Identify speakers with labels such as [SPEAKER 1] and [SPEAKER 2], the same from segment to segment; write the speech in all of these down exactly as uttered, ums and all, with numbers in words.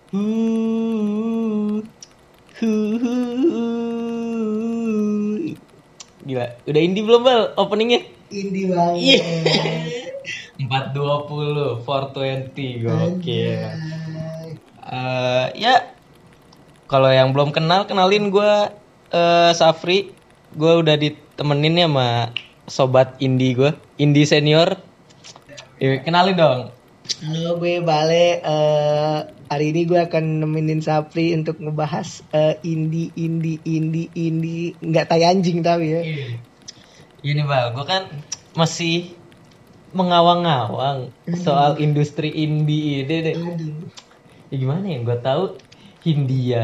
[SPEAKER 1] Uh, hu, hu, hu. Gila, udah indie belum Bal openingnya?
[SPEAKER 2] Indie
[SPEAKER 1] Iya.
[SPEAKER 2] banget.
[SPEAKER 1] empat dua puluh, empat dua puluh, gokil.
[SPEAKER 2] Anjay.
[SPEAKER 1] Eh ya, kalau yang belum kenal, kenalin gue eh Safri. Gue udah ditemenin ya sama sobat indie gue, indie senior. Eh, kenalin dong.
[SPEAKER 2] Halo, gue Bale. Eh, hari ini gue akan nemenin Sapri untuk ngebahas eh, indie, indie, indie, indie. Nggak tai anjing tapi ya.
[SPEAKER 1] Ini Bal, gue kan masih mengawang-awang soal
[SPEAKER 2] Aduh,
[SPEAKER 1] industri indie ini deh.
[SPEAKER 2] aduh.
[SPEAKER 1] Ya gimana ya, gue tahu Hindia,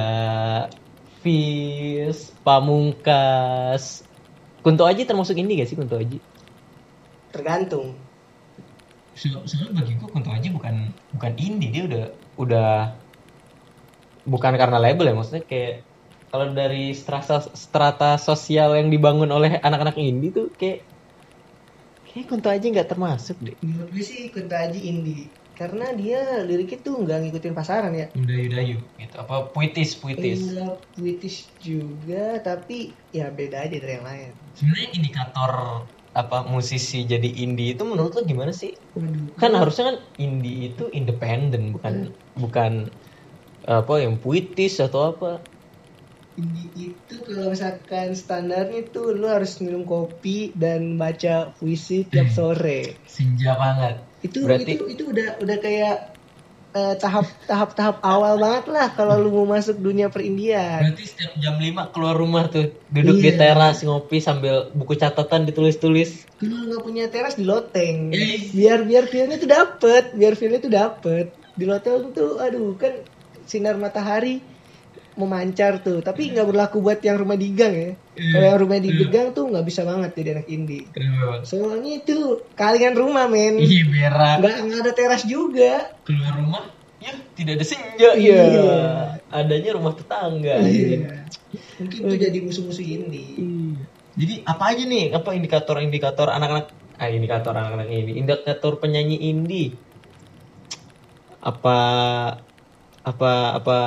[SPEAKER 1] Fis, Pamungkas, Kunto Aji termasuk indie gak sih Kunto Aji?
[SPEAKER 2] Tergantung.
[SPEAKER 1] So- Soalnya bagi gue Kunto Aji bukan bukan indie, dia udah udah bukan karena label ya, maksudnya kayak kalau dari strata strata sosial yang dibangun oleh anak-anak indie tuh kayak kayak Kunto Aji nggak termasuk deh.
[SPEAKER 2] Menurut gue sih Kunto Aji indie. Karena dia liriknya tuh nggak ngikutin pasaran ya.
[SPEAKER 1] Mendayu-dayu gitu, apa puitis puitis.
[SPEAKER 2] Enggak puitis juga, tapi ya beda aja dari yang lain.
[SPEAKER 1] Sebenarnya indikator apa musisi jadi indie itu menurut lo gimana sih?
[SPEAKER 2] Waduh,
[SPEAKER 1] Kan
[SPEAKER 2] kalau
[SPEAKER 1] harusnya kan indie itu independen, bukan bukan apa yang puitis atau apa.
[SPEAKER 2] indie itu kalau misalkan standarnya tuh lu harus minum kopi dan baca puisi tiap sore.
[SPEAKER 1] Senja banget.
[SPEAKER 2] Itu
[SPEAKER 1] Berarti
[SPEAKER 2] itu itu udah udah kayak eh, tahap tahap tahap awal banget lah kalau lu mau masuk dunia perindian.
[SPEAKER 1] berarti setiap jam lima keluar rumah tuh, duduk di
[SPEAKER 2] Iya.
[SPEAKER 1] teras ngopi sambil buku catatan ditulis-tulis.
[SPEAKER 2] Kalau lu nggak punya teras di loteng.
[SPEAKER 1] Eh.
[SPEAKER 2] Biar biar feelnya tuh dapet, biar feelnya tuh dapet. Di loteng tuh, aduh kan sinar matahari memancar tuh, tapi nggak berlaku buat yang rumah di gang ya. Kalau yang rumah di gang tuh nggak bisa banget jadi anak indie.
[SPEAKER 1] Kenapa?
[SPEAKER 2] Soalnya itu kalingan rumah men,
[SPEAKER 1] Ih, berak.
[SPEAKER 2] nggak nggak ada teras juga.
[SPEAKER 1] Keluar rumah, ya tidak ada senja.
[SPEAKER 2] Iya.
[SPEAKER 1] Iya. Adanya rumah tetangga.
[SPEAKER 2] Iya. Mungkin itu jadi musuh-musuh indie.
[SPEAKER 1] Iya. Jadi apa aja nih? Apa indikator-indikator anak-anak? Ah, indikator anak-anak ini. Indikator penyanyi indie. Apa apa apa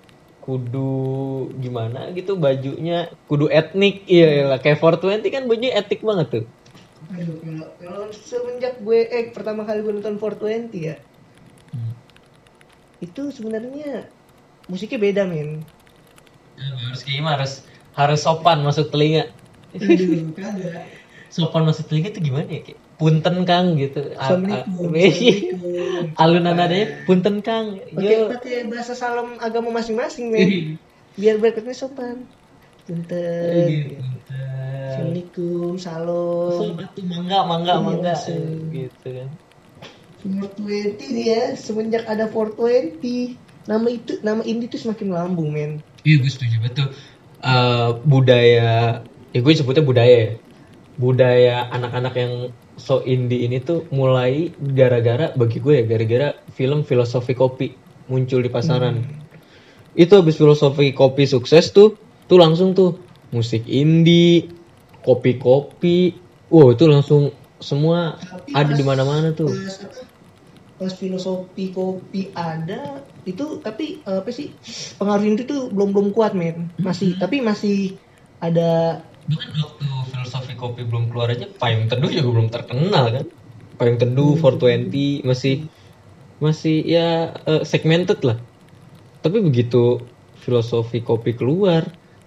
[SPEAKER 1] kudu gimana gitu bajunya, kudu etnik. Iya lah, kayak four twenty kan bajunya etik banget tuh.
[SPEAKER 2] Aduh, kalau kalau semenjak gue eh pertama kali gue nonton four twenty ya,
[SPEAKER 1] Hmm.
[SPEAKER 2] itu sebenarnya musiknya beda men.
[SPEAKER 1] Harus kayak gimana? Harus harus sopan masuk telinga.
[SPEAKER 2] Aduh, kagak.
[SPEAKER 1] Sopan masuk telinga tuh gimana ya, kayak punten Kang gitu. A- a-
[SPEAKER 2] Assalamualaikum. Assalamualaikum.
[SPEAKER 1] Alunan nadanya punten Kang.
[SPEAKER 2] Pakai
[SPEAKER 1] Yo.
[SPEAKER 2] pakai bahasa salam agama masing-masing men. Biar berkatnya sopan. Punten.
[SPEAKER 1] Gitu.
[SPEAKER 2] Assalamualaikum, salam.
[SPEAKER 1] Sobat tuh mangga mangga
[SPEAKER 2] Iya,
[SPEAKER 1] mangga
[SPEAKER 2] langsung.
[SPEAKER 1] gitu kan.
[SPEAKER 2] four twenty nih ya, semenjak ada four twenty, nama itu nama indie tuh semakin melambung men.
[SPEAKER 1] Iya, gue setuju betul. Eh, budaya, ya gue sebutnya budaya ya. Budaya anak-anak yang so indie ini tuh mulai gara-gara bagi gue ya, gara-gara film Filosofi Kopi muncul di pasaran. Itu habis Filosofi Kopi sukses tuh, tuh langsung tuh musik indie, kopi-kopi. Wow, itu langsung semua
[SPEAKER 2] Tapi
[SPEAKER 1] ada
[SPEAKER 2] pas-
[SPEAKER 1] di mana-mana tuh.
[SPEAKER 2] Pas, apa, pas filosofi kopi ada itu, tapi eh, apa sih pengaruh itu tuh belum belum kuat men. Masih tapi masih ada.
[SPEAKER 1] Bahkan waktu Filosofi Kopi belum keluar aja, Payung Teduh juga belum terkenal kan. Payung Teduh, four twenty masih masih ya eh, segmented lah. Tapi begitu Filosofi Kopi keluar,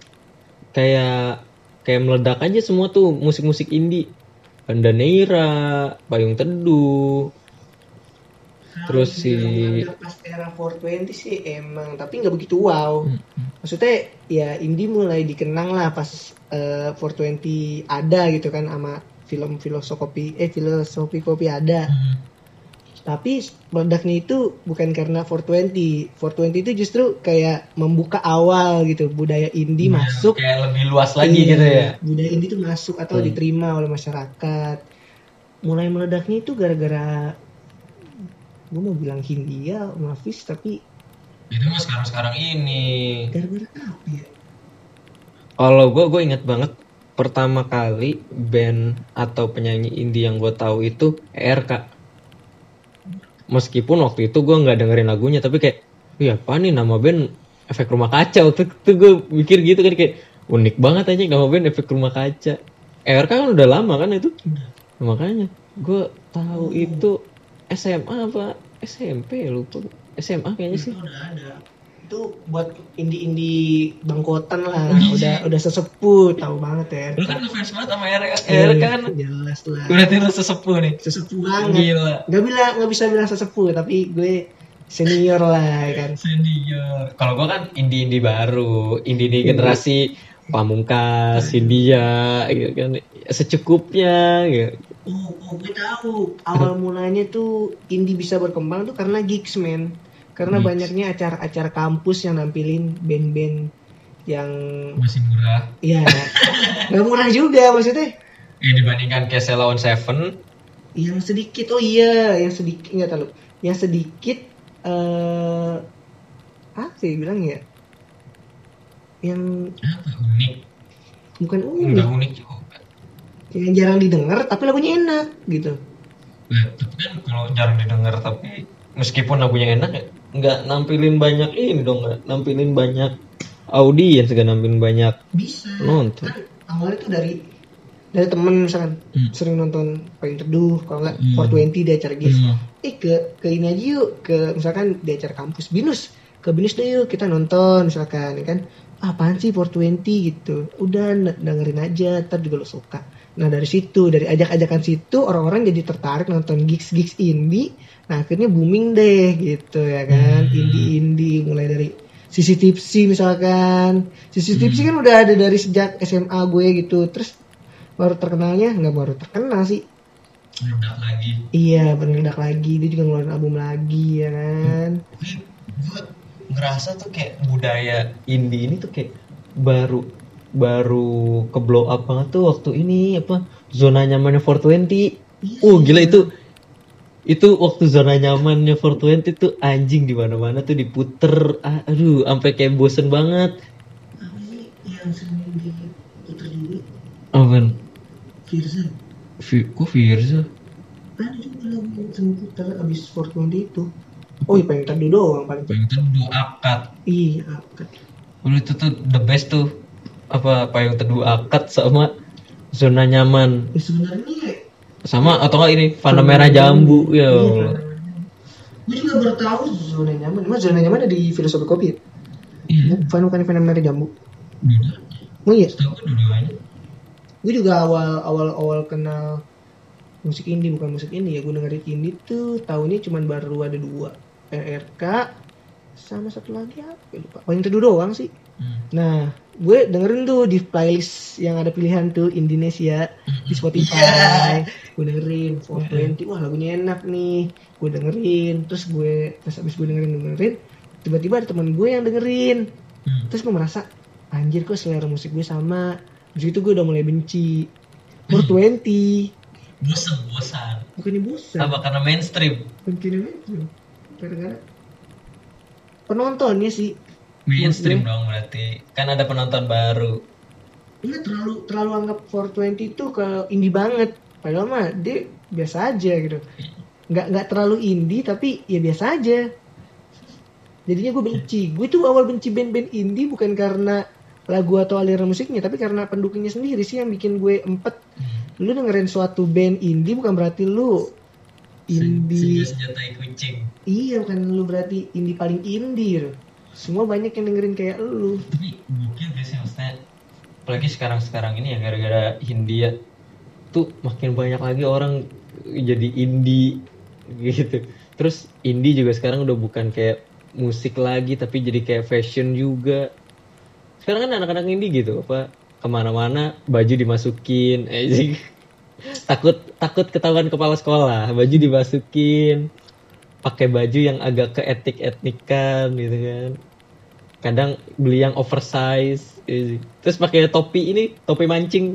[SPEAKER 1] kayak kayak meledak aja semua tuh musik-musik indie. Bandaneira, Payung Teduh, terus si
[SPEAKER 2] Kalau pas era four twenty sih emang, tapi nggak begitu wow. Maksudnya ya indie mulai dikenang lah pas eh, four twenty ada gitu kan, sama film filosofi eh filosofi kopi ada. Tapi meledaknya itu bukan karena four twenty. four twenty itu justru kayak membuka awal gitu, budaya indie masuk.
[SPEAKER 1] kayak lebih luas lagi
[SPEAKER 2] Iya,
[SPEAKER 1] gitu ya.
[SPEAKER 2] budaya indie itu masuk atau
[SPEAKER 1] Hmm.
[SPEAKER 2] diterima oleh masyarakat. Mulai meledaknya itu gara-gara, gue mau bilang Hindia, Mafis, tapi
[SPEAKER 1] Itu mah sekarang-sekarang ini.
[SPEAKER 2] gara-gara apa ya?
[SPEAKER 1] Kalau gue gue inget banget pertama kali band atau penyanyi indie yang gue tahu itu E R K. Meskipun waktu itu gue nggak dengerin lagunya, tapi kayak iya apa nih nama band Efek Rumah Kaca. Waktu itu gue mikir gitu kan, kayak unik banget aja nama band Efek Rumah Kaca. E R K kan udah lama kan itu. Makanya gue tahu
[SPEAKER 2] Hmm.
[SPEAKER 1] itu S M A apa S M P ya, lupa. S M A kayaknya sih.
[SPEAKER 2] Itu udah ada. Itu buat indie-indie bangkotan lah,
[SPEAKER 1] Iya.
[SPEAKER 2] udah udah sesepuh, tahu banget ya.
[SPEAKER 1] Lu kan ngefans banget sama E R K. E
[SPEAKER 2] Iya,
[SPEAKER 1] R K kan
[SPEAKER 2] jelas lah.
[SPEAKER 1] berarti lu sesepuh nih.
[SPEAKER 2] Sesepuh banget.
[SPEAKER 1] Gila.
[SPEAKER 2] Gak bilang, nggak bisa bilang sesepuh, tapi gue senior lah ya kan.
[SPEAKER 1] Senior. Kalau gua kan indie-indie baru, indie-indie generasi Pamungkas, Hindia, gitu kan, secukupnya, gitu.
[SPEAKER 2] Oh, oh, gue tahu. Awal mulanya tuh indie bisa berkembang tuh karena gigs, men. Karena
[SPEAKER 1] Gigs.
[SPEAKER 2] banyaknya acara-acara kampus yang nampilin band-band yang
[SPEAKER 1] Masih murah.
[SPEAKER 2] ya nggak murah juga maksudnya.
[SPEAKER 1] Ya dibandingkan kayak Sheila on Seven,
[SPEAKER 2] Yang sedikit, oh iya, yang sedikit nggak tahu. Yang sedikit eh apa sih bilang ya? Yang
[SPEAKER 1] apa unik?
[SPEAKER 2] bukan
[SPEAKER 1] Enggak
[SPEAKER 2] unik,
[SPEAKER 1] unik juga.
[SPEAKER 2] yang jarang didengar tapi lagunya enak gitu.
[SPEAKER 1] Nah, tapi kan kalau jarang didengar tapi meskipun lagunya enak ya nggak nampilin banyak ini dong, nggak nampilin banyak audiens, nggak nampilin banyak
[SPEAKER 2] Bisa.
[SPEAKER 1] penonton.
[SPEAKER 2] Kan awalnya tuh dari dari temen misalkan
[SPEAKER 1] Hmm.
[SPEAKER 2] sering nonton Payung Teduh, kalau nggak
[SPEAKER 1] Hmm.
[SPEAKER 2] four twenty di acara gigs.
[SPEAKER 1] Hmm.
[SPEAKER 2] Eh ke ke ini aja yuk, ke misalkan di acara kampus Binus, ke Binus deh yuk kita nonton misalkan, ya kan? Ah, apaan sih four twenty gitu? Udah n- dengerin aja, ntar juga lo suka. Nah dari situ, dari ajak-ajakan situ orang-orang jadi tertarik nonton gigs-gigs indie. Nah akhirnya booming deh gitu ya kan,
[SPEAKER 1] Hmm.
[SPEAKER 2] indie-indie mulai dari Sisi Tipsy misalkan. Sisi Tipsy kan udah ada dari sejak S M A gue gitu. Terus baru terkenalnya, nggak baru terkenal sih.
[SPEAKER 1] Meledak lagi.
[SPEAKER 2] Iya, meledak lagi. Dia juga ngeluarin album lagi ya kan.
[SPEAKER 1] Tapi gue ngerasa tuh kayak budaya indie ini tuh kayak baru baru ke blow up banget tuh waktu ini apa zona nyamannya four twenty.
[SPEAKER 2] Iya,
[SPEAKER 1] Oh gila itu itu waktu zona nyamannya four twenty tuh anjing, di mana-mana tuh diputer. Ah, aduh sampai kayak bosen banget.
[SPEAKER 2] Apa sih yang sering diputar dulu?
[SPEAKER 1] Apaan?
[SPEAKER 2] Firza.
[SPEAKER 1] Fi- Kok Firza?
[SPEAKER 2] Ada juga lagu yang sering putar abis four twenty itu. Oh iya, pengen tadi doang paling.
[SPEAKER 1] Payung Teduh akad.
[SPEAKER 2] Iya, akad.
[SPEAKER 1] Dulu itu tuh the best tuh. Apa Payung Teduh akad sama zona nyaman.
[SPEAKER 2] Ya, sebenarnya
[SPEAKER 1] Sama atau enggak ini Fana Merah Jambu ya.
[SPEAKER 2] Iya. Gue juga baru tahu zona nyaman. Emang zona nyaman ada di filosofi kopi ya?
[SPEAKER 1] Iya.
[SPEAKER 2] Bukan bukan Fana Merah Jambu.
[SPEAKER 1] Dua.
[SPEAKER 2] Oh iya.
[SPEAKER 1] Setahu gue dua-duanya.
[SPEAKER 2] Gue juga awal awal awal kenal musik indie, bukan musik indie ya, gue dengerin indie tuh tahunnya cuman baru ada dua, E R K sama satu lagi apa ya, lupa. Paling Teduh doang sih.
[SPEAKER 1] Hmm.
[SPEAKER 2] Nah gue dengerin tuh di playlist yang ada pilihan tuh Indonesia di Spotify.
[SPEAKER 1] Iya.
[SPEAKER 2] Gue dengerin four twenty, wah lagunya enak nih, gue dengerin. Terus gue terus abis gue dengerin dengerin tiba-tiba ada teman gue yang dengerin.
[SPEAKER 1] Hmm.
[SPEAKER 2] Terus gue merasa anjir kok selera musik gue sama. Terus itu gue udah mulai benci four twenty.
[SPEAKER 1] Bosan, bosan.
[SPEAKER 2] Bukannya bosan,
[SPEAKER 1] Apa karena mainstream?
[SPEAKER 2] bukannya itu gara-gara penontonnya sih.
[SPEAKER 1] Mainstream
[SPEAKER 2] Maksudnya,
[SPEAKER 1] dong berarti. Kan ada penonton baru.
[SPEAKER 2] Iya terlalu terlalu anggap four twenty itu ke indie banget. Padahal mah dia biasa aja gitu. Nggak nggak terlalu indie tapi ya biasa aja. Jadinya gue benci. Gue tuh awal benci band-band indie bukan karena lagu atau aliran musiknya, tapi karena pendukungnya sendiri sih yang bikin gue empet. Lu dengerin suatu band indie bukan berarti lu indie.
[SPEAKER 1] Senjata kucing.
[SPEAKER 2] Iya, bukan lu berarti indie paling indie gitu. Semua banyak yang dengerin kayak lu.
[SPEAKER 1] Tapi mungkin gak sih maksudnya, apalagi sekarang-sekarang ini ya gara-gara Hindia tuh makin banyak lagi orang jadi indie gitu. Terus indie juga sekarang udah bukan kayak musik lagi tapi jadi kayak fashion juga. Sekarang kan anak-anak indie gitu apa kemana-mana baju dimasukin, eh takut takut ketahuan kepala sekolah, baju dimasukin, pakai baju yang agak ke etnik etnikan gitu kan. Kadang beli yang oversize, eh, terus pakai topi ini topi mancing,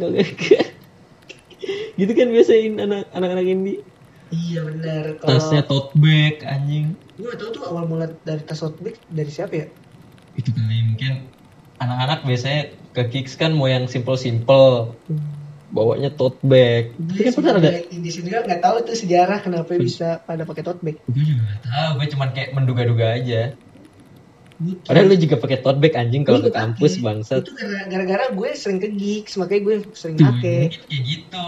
[SPEAKER 1] gitu kan biasain anak anak indie.
[SPEAKER 2] Iya benar.
[SPEAKER 1] Tasnya tote bag anjing.
[SPEAKER 2] Gue gak tau tuh awal mula dari tas tote bag dari siapa ya?
[SPEAKER 1] Itu kali mungkin anak-anak biasanya ke Kicks kan mau yang simple-simple, bawanya tote bag. Tapi kan pernah ada.
[SPEAKER 2] Di sini kan nggak tahu tuh sejarah kenapa bisa pada pakai tote bag.
[SPEAKER 1] Gue juga gak tahu, gue cuman kayak menduga-duga aja.
[SPEAKER 2] Butuh.
[SPEAKER 1] Padahal lu juga pakai tote bag anjing kalau
[SPEAKER 2] Gue
[SPEAKER 1] ke kampus
[SPEAKER 2] pakai.
[SPEAKER 1] bangsat.
[SPEAKER 2] Itu gara- gara-gara gue sering ke gigs, makanya gue sering
[SPEAKER 1] Tuh,
[SPEAKER 2] pakai.
[SPEAKER 1] mungkin kayak gitu.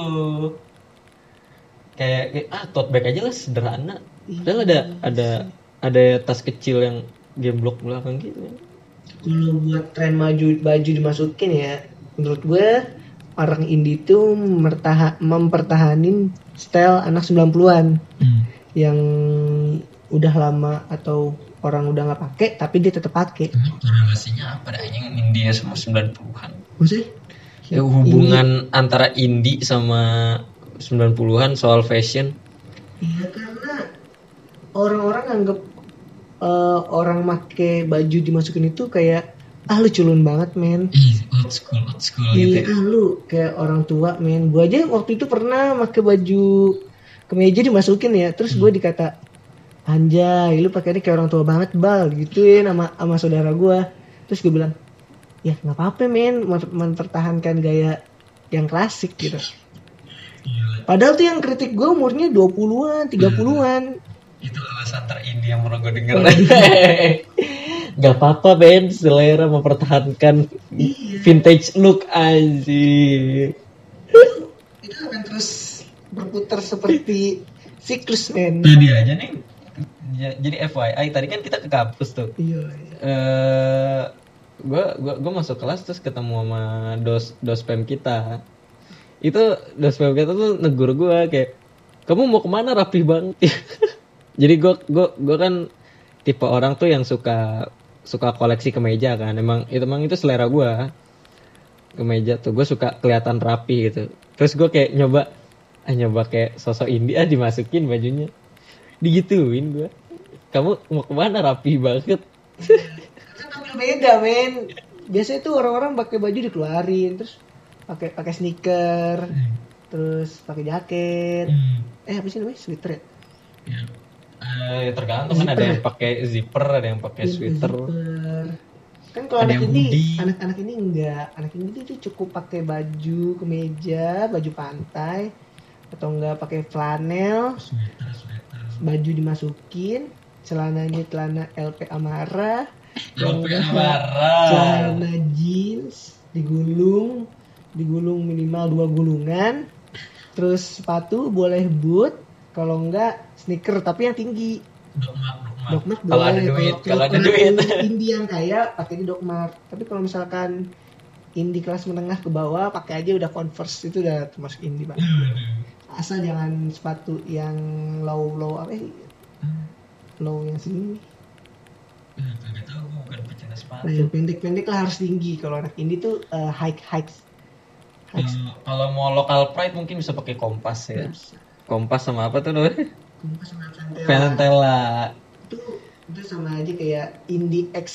[SPEAKER 1] Kayak, kayak ah tote bag aja lah sederhana. Padahal ada ada ada tas kecil yang gemblok belakang gitu.
[SPEAKER 2] Kalau buat tren maju baju dimasukin ya, menurut gue orang indie tuh mertaha, mempertahanin style anak sembilan puluhan
[SPEAKER 1] Hmm.
[SPEAKER 2] yang udah lama atau orang udah nggak pakai tapi dia tetap pakai.
[SPEAKER 1] Emang korelasinya apa dah anjing India sama sembilan puluhan?
[SPEAKER 2] Maksudnya?
[SPEAKER 1] Ya, hubungan indie antara indie sama sembilan puluhan soal fashion.
[SPEAKER 2] Iya, karena orang-orang anggap uh, orang make baju dimasukin itu kayak ah lu culun banget men.
[SPEAKER 1] Ih, old school, old school gitu.
[SPEAKER 2] Iya, ah lu kayak orang tua men. Gue aja waktu itu pernah pakai baju kemeja dimasukin ya, terus gue dikata anjay lu pakainya kayak orang tua banget bal gituin sama sama saudara gue. Terus gue bilang ya nggak apa-apa men, mempertahankan gaya yang klasik gitu. Padahal tuh yang kritik gue umurnya dua puluhan, tiga puluhan.
[SPEAKER 1] Itu alasan terindie yang pernah gue denger. Gak apa-apa Ben, selera mempertahankan vintage look anjir.
[SPEAKER 2] Itu akan terus berputar seperti siklus men.
[SPEAKER 1] Tadi aja nih, j- jadi F Y I tadi kan kita ke kampus tuh.
[SPEAKER 2] Iya.
[SPEAKER 1] Eh, gue gua gua masuk kelas terus ketemu sama dos dospem kita. Itu dospem kita tuh negur gue kayak, kamu mau kemana rapi banget. Jadi gue gue gue kan tipe orang tuh yang suka suka koleksi kemeja kan. Emang itu emang itu selera gue. Kemeja tuh gue suka kelihatan rapi gitu. Terus gue kayak nyoba ah nyoba kayak sosok indie ah dimasukin bajunya. Digituin gue. Kamu mau kemana rapi banget.
[SPEAKER 2] Kan tampil beda men. Biasanya tuh orang-orang pakai baju dikeluarin terus pakai pakai sneaker, terus pakai jaket. Eh apa sih namanya? Sweater ya?
[SPEAKER 1] Ya. Eh, tergantung kan ada
[SPEAKER 2] Zipper.
[SPEAKER 1] yang pakai zipper, ada yang pakai sweater.
[SPEAKER 2] Zipper. Kan kalau
[SPEAKER 1] Ada
[SPEAKER 2] anak
[SPEAKER 1] yang
[SPEAKER 2] ini,
[SPEAKER 1] hoodie.
[SPEAKER 2] anak-anak ini enggak. Anak ini tuh cukup pakai baju kemeja, baju pantai, atau enggak pakai flanel,
[SPEAKER 1] Sweater, sweater.
[SPEAKER 2] baju dimasukin, celananya celana L P Amara,
[SPEAKER 1] L P
[SPEAKER 2] enggak,
[SPEAKER 1] Amara.
[SPEAKER 2] celana jeans digulung, digulung minimal dua gulungan, terus sepatu boleh boot, kalau enggak sneaker tapi yang tinggi.
[SPEAKER 1] Dogmat, dogmat.
[SPEAKER 2] Dogmat
[SPEAKER 1] Kalau ada
[SPEAKER 2] boleh.
[SPEAKER 1] duit, kalau ada
[SPEAKER 2] pelaku
[SPEAKER 1] duit.
[SPEAKER 2] indie yang kaya pakai di Dogmat. Tapi kalau misalkan indie kelas menengah ke bawah pakai aja udah Converse, itu udah termasuk indie Pak. Asal jangan sepatu yang low low apa sih? Low yang sini.
[SPEAKER 1] Eh, kagak tahu, gue bukan pecinta sepatu.
[SPEAKER 2] Nah, yang pendek-pendek lah harus tinggi. Kalau anak indie tuh uh, high high. high.
[SPEAKER 1] Eh, kalau mau local pride mungkin bisa pakai kompas ya. Kompas sama apa tuh namanya?
[SPEAKER 2] Kompas sama Ventela.
[SPEAKER 1] Ventela.
[SPEAKER 2] Itu itu sama aja kayak indie X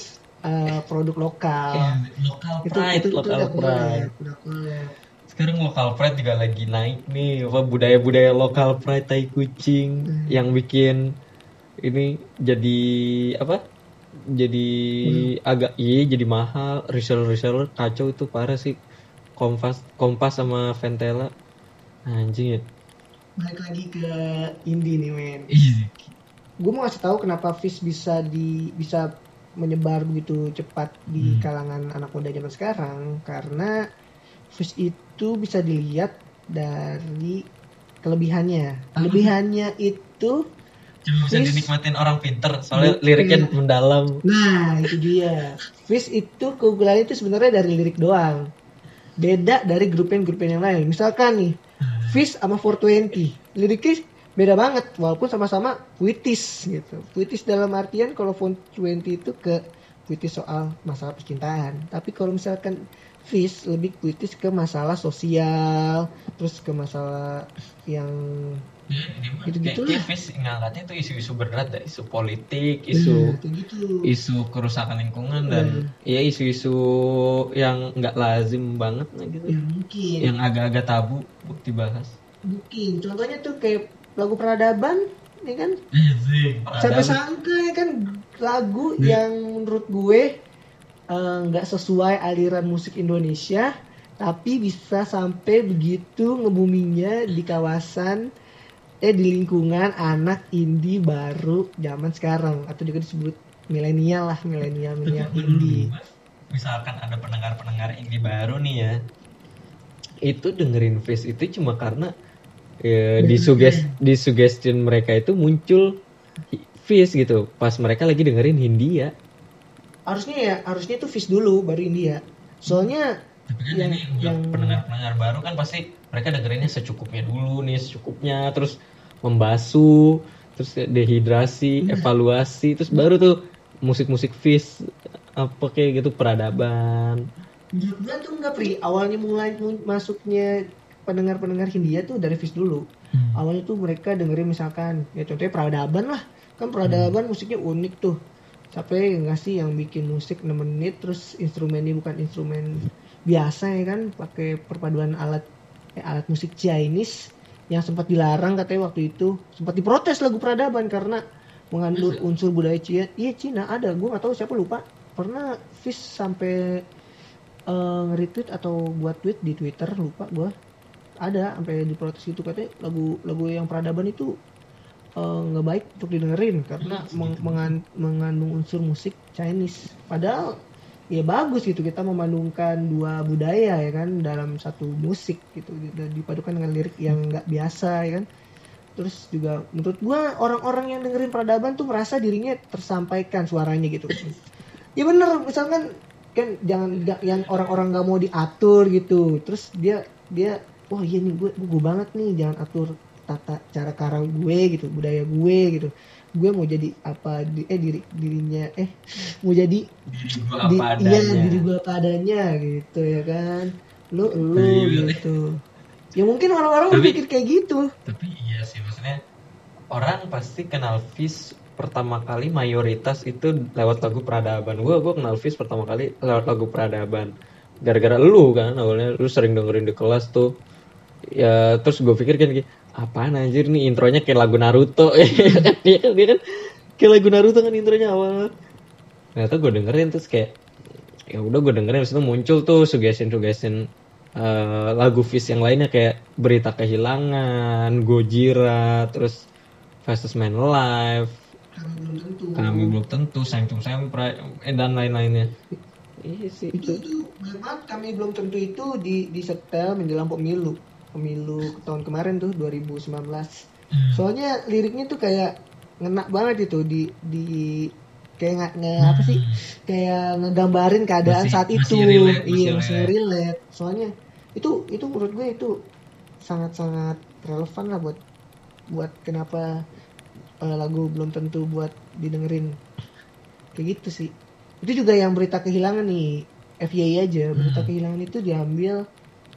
[SPEAKER 2] uh, produk lokal.
[SPEAKER 1] Eh, local
[SPEAKER 2] itu
[SPEAKER 1] pride,
[SPEAKER 2] itu, itu
[SPEAKER 1] local
[SPEAKER 2] udah
[SPEAKER 1] pride.
[SPEAKER 2] collab, udah collab.
[SPEAKER 1] Sekarang local pride juga lagi naik nih, apa budaya-budaya local pride tai kucing
[SPEAKER 2] Hmm.
[SPEAKER 1] yang bikin ini jadi apa? Jadi agak iya jadi mahal, reseller-reseller kacau itu parah sih. Kompas Kompas sama Ventela. Anjing ya.
[SPEAKER 2] Balik lagi ke indie nih men.
[SPEAKER 1] Iya.
[SPEAKER 2] Gue mau kasih tahu kenapa Fish bisa di bisa menyebar begitu cepat di
[SPEAKER 1] Hmm.
[SPEAKER 2] kalangan anak muda zaman sekarang, karena Fish itu bisa dilihat dari kelebihannya. Kelebihannya itu
[SPEAKER 1] Cuma bisa
[SPEAKER 2] Fish-
[SPEAKER 1] dinikmatin orang pinter, soalnya
[SPEAKER 2] Iya.
[SPEAKER 1] liriknya mendalam.
[SPEAKER 2] nah itu dia. Fish itu keunggulannya itu sebenarnya dari lirik doang. Beda dari grup band grup band yang lain. Misalkan nih Fish sama four twenty liriknya beda banget walaupun sama-sama puitis gitu. Puitis dalam artian kalau four twenty itu ke puitis soal masalah percintaan, tapi kalau misalkan Fish lebih puitis ke masalah sosial, terus ke masalah yang gitu-gitu
[SPEAKER 1] Kayak
[SPEAKER 2] lah.
[SPEAKER 1] Fish ngangkatnya tuh isu-isu berat, dah. Isu politik,
[SPEAKER 2] Nah,
[SPEAKER 1] isu
[SPEAKER 2] kayak gitu.
[SPEAKER 1] isu kerusakan lingkungan dan ya isu-isu yang nggak lazim banget lah gitu,
[SPEAKER 2] Ya mungkin.
[SPEAKER 1] yang agak-agak tabu buat dibahas.
[SPEAKER 2] Mungkin. Contohnya tuh kayak lagu peradaban, ya kan?
[SPEAKER 1] Peradaban.
[SPEAKER 2] Sampai sangka ya kan lagu yang menurut gue eh, nggak sesuai aliran musik Indonesia, tapi bisa sampai begitu ngebuminya di kawasan eh di lingkungan anak indie baru zaman sekarang atau juga disebut milenial lah, milenial milenial
[SPEAKER 1] Tapi
[SPEAKER 2] indie.
[SPEAKER 1] menurut gua, misalkan ada pendengar-pendengar indie baru nih ya, itu dengerin Fish itu cuma karena ya, di suges di suggestion mereka itu muncul Fish gitu pas mereka lagi dengerin Hindia.
[SPEAKER 2] Harusnya ya, harusnya itu Fish dulu baru India. Soalnya
[SPEAKER 1] Tapi kan
[SPEAKER 2] yang
[SPEAKER 1] ini buat
[SPEAKER 2] yang
[SPEAKER 1] pendengar-pendengar baru kan pasti mereka dengerinnya secukupnya dulu nih, secukupnya, terus membasuh, terus dehidrasi, evaluasi, terus baru tuh musik-musik Fish apa kayak gitu peradaban.
[SPEAKER 2] menurut gua tuh enggak Pri, awalnya mulai mu- masuknya pendengar-pendengar Hindia tuh dari Fish dulu. Awalnya tuh mereka dengerin misalkan ya contohnya peradaban lah. Kan peradaban musiknya unik tuh. Sampai nggak sih yang bikin musik enam menit terus instrumennya bukan instrumen biasa ya kan, pakai perpaduan alat eh, alat musik Chinese yang sempat dilarang katanya waktu itu, sempat diprotes lagu peradaban karena mengandung unsur budaya Cina. Iya Cina ada, gue nggak tahu siapa lupa. Pernah Fish sampai eh, nge-retweet atau buat tweet di Twitter lupa gue, ada sampai diprotes gitu katanya lagu lagu yang peradaban itu eh, nggak baik untuk didengerin karena meng- mengan- mengandung unsur musik Chinese. Padahal ya bagus gitu kita memandukan dua budaya ya kan dalam satu musik gitu dan dipadukan dengan lirik yang nggak biasa ya kan. Terus juga menurut gua orang-orang yang dengerin peradaban tuh merasa dirinya tersampaikan suaranya gitu. Ya bener, misalkan kan jangan ga- yang orang-orang nggak mau diatur gitu. Terus dia dia wah iya nih gue gue banget nih jangan atur tata cara cara gue gitu, budaya gue gitu. Gue mau jadi apa di, eh diri dirinya eh mau jadi
[SPEAKER 1] Diri gua
[SPEAKER 2] di,
[SPEAKER 1] apa
[SPEAKER 2] iya
[SPEAKER 1] adanya.
[SPEAKER 2] diri gue apa adanya gitu ya kan. Lu lu
[SPEAKER 1] Iya.
[SPEAKER 2] gitu. Ya mungkin orang-orang
[SPEAKER 1] Tapi-
[SPEAKER 2] berpikir kayak gitu.
[SPEAKER 1] Tapi iya sih, maksudnya orang pasti kenal Fish pertama kali mayoritas itu lewat lagu peradaban. Gue gue kenal Fish pertama kali lewat lagu peradaban. Gara-gara lu kan awalnya lu sering dengerin di kelas tuh. Ya terus gue pikir kan kayak, apaan anjir nih intronya kayak lagu Naruto. Dia kan dia kan kayak lagu Naruto kan intronya awal. Ternyata gue dengerin terus kayak ya udah gue dengerin, habis itu muncul tuh suggestion-suggestion eh, lagu Fish yang lainnya kayak Berita Kehilangan, Gojira, terus Fastest Man Alive,
[SPEAKER 2] Kami belum tentu.
[SPEAKER 1] Kami Belum Tentu, Sanctum Sempra, eh, dan lain-lainnya. Iya sih
[SPEAKER 2] itu
[SPEAKER 1] itu.
[SPEAKER 2] itu banyak banget. Kami belum tentu itu di di setel menjelang pemilu pemilu tahun kemarin tuh dua ribu sembilan belas. Soalnya liriknya tuh kayak ngena banget itu di di kayak nggak nge apa sih kayak ngegambarin keadaan
[SPEAKER 1] Masih-
[SPEAKER 2] saat
[SPEAKER 1] masih
[SPEAKER 2] itu.
[SPEAKER 1] relate, masih
[SPEAKER 2] Iya masih
[SPEAKER 1] relate.
[SPEAKER 2] relate. Soalnya itu itu menurut gue itu sangat sangat relevan lah buat buat kenapa eh, lagu belum tentu buat didengerin kayak gitu sih. Itu juga yang Berita Kehilangan nih, F Y I aja. Berita
[SPEAKER 1] Hmm.
[SPEAKER 2] Kehilangan itu diambil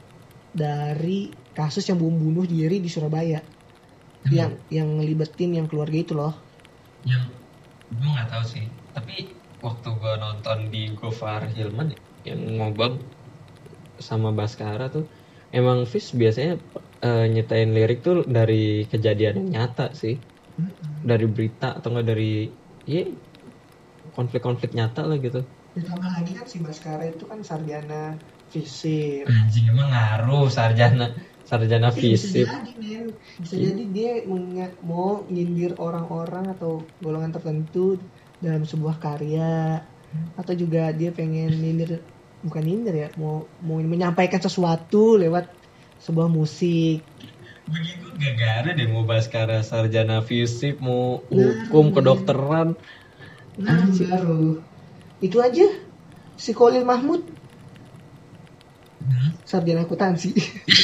[SPEAKER 2] dari kasus yang bom bunuh diri di Surabaya,
[SPEAKER 1] Hmm.
[SPEAKER 2] yang yang ngelibetin yang keluarga itu loh.
[SPEAKER 1] Yang gue nggak tahu sih, tapi waktu gue nonton di Gofar Hilman yang ngobam sama Baskara tuh, emang Fish biasanya eh, nyetain lirik tuh dari kejadian yang nyata sih, dari berita atau enggak dari ya konflik-konflik nyata lah gitu.
[SPEAKER 2] Ditambah lagi kan si Baskara itu kan sarjana fisip.
[SPEAKER 1] Anjing, emang ngaruh sarjana sarjana
[SPEAKER 2] Eh, bisa
[SPEAKER 1] fisip.
[SPEAKER 2] jadi men, bisa jadi dia menga- mau nyindir orang-orang atau golongan tertentu dalam sebuah karya, atau juga dia pengen nyindir, bukan nyindir ya, mau mau menyampaikan sesuatu lewat sebuah musik.
[SPEAKER 1] Begitu gak gara deh mau Baskara sarjana fisip, mau
[SPEAKER 2] Ngaruh,
[SPEAKER 1] hukum
[SPEAKER 2] men.
[SPEAKER 1] kedokteran.
[SPEAKER 2] Nah, baru itu aja si Khalil Mahmud sarjana akuntansi.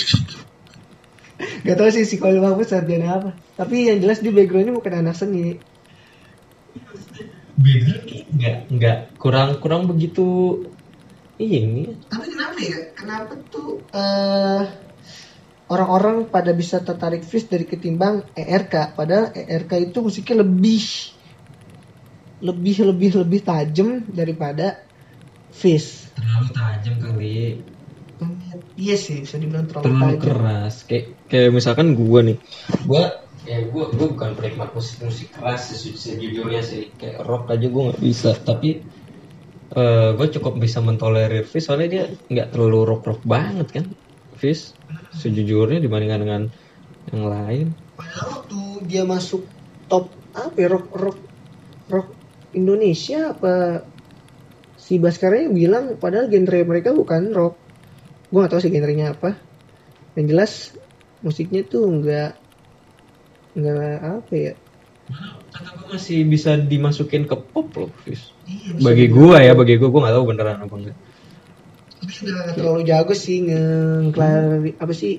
[SPEAKER 2] Gak tau sih si Khalil Mahmud sarjana apa, tapi yang jelas dia backgroundnya bukan anak seni.
[SPEAKER 1] Background kayak nggak nggak kurang kurang begitu ini.
[SPEAKER 2] Tapi kenapa ya? Kenapa tuh eh, orang-orang pada bisa tertarik Fish dari ketimbang E R K? Padahal E R K itu musiknya lebih lebih lebih lebih tajam daripada Fish.
[SPEAKER 1] Terlalu tajam kali,
[SPEAKER 2] Iya sih, bisa dibilang terlalu,
[SPEAKER 1] terlalu
[SPEAKER 2] tajam.
[SPEAKER 1] keras. Kayak kayak misalkan gua nih, gua ya gua gua bukan penikmat musik musik keras se- sejujurnya sih, kayak rock aja gua nggak bisa. Tapi eh gue cukup bisa mentolerir Fish soalnya dia nggak terlalu rock rock banget kan, Fish sejujurnya dibandingkan dengan yang lain.
[SPEAKER 2] Padahal waktu dia masuk top apa ya, rock rock rock Indonesia apa si Baskaranya bilang padahal genre mereka bukan rock. Gue nggak tahu sih genrenya apa. Yang jelas musiknya tuh nggak nggak apa ya.
[SPEAKER 1] Kata gue masih bisa dimasukin ke pop loh, Fis.
[SPEAKER 2] Iya, bisa
[SPEAKER 1] Bagi
[SPEAKER 2] dibilang.
[SPEAKER 1] gua ya, bagi gua gua nggak tahu beneran apa enggak.
[SPEAKER 2] Tapi udah nggak terlalu jago sih ngeklari apa sih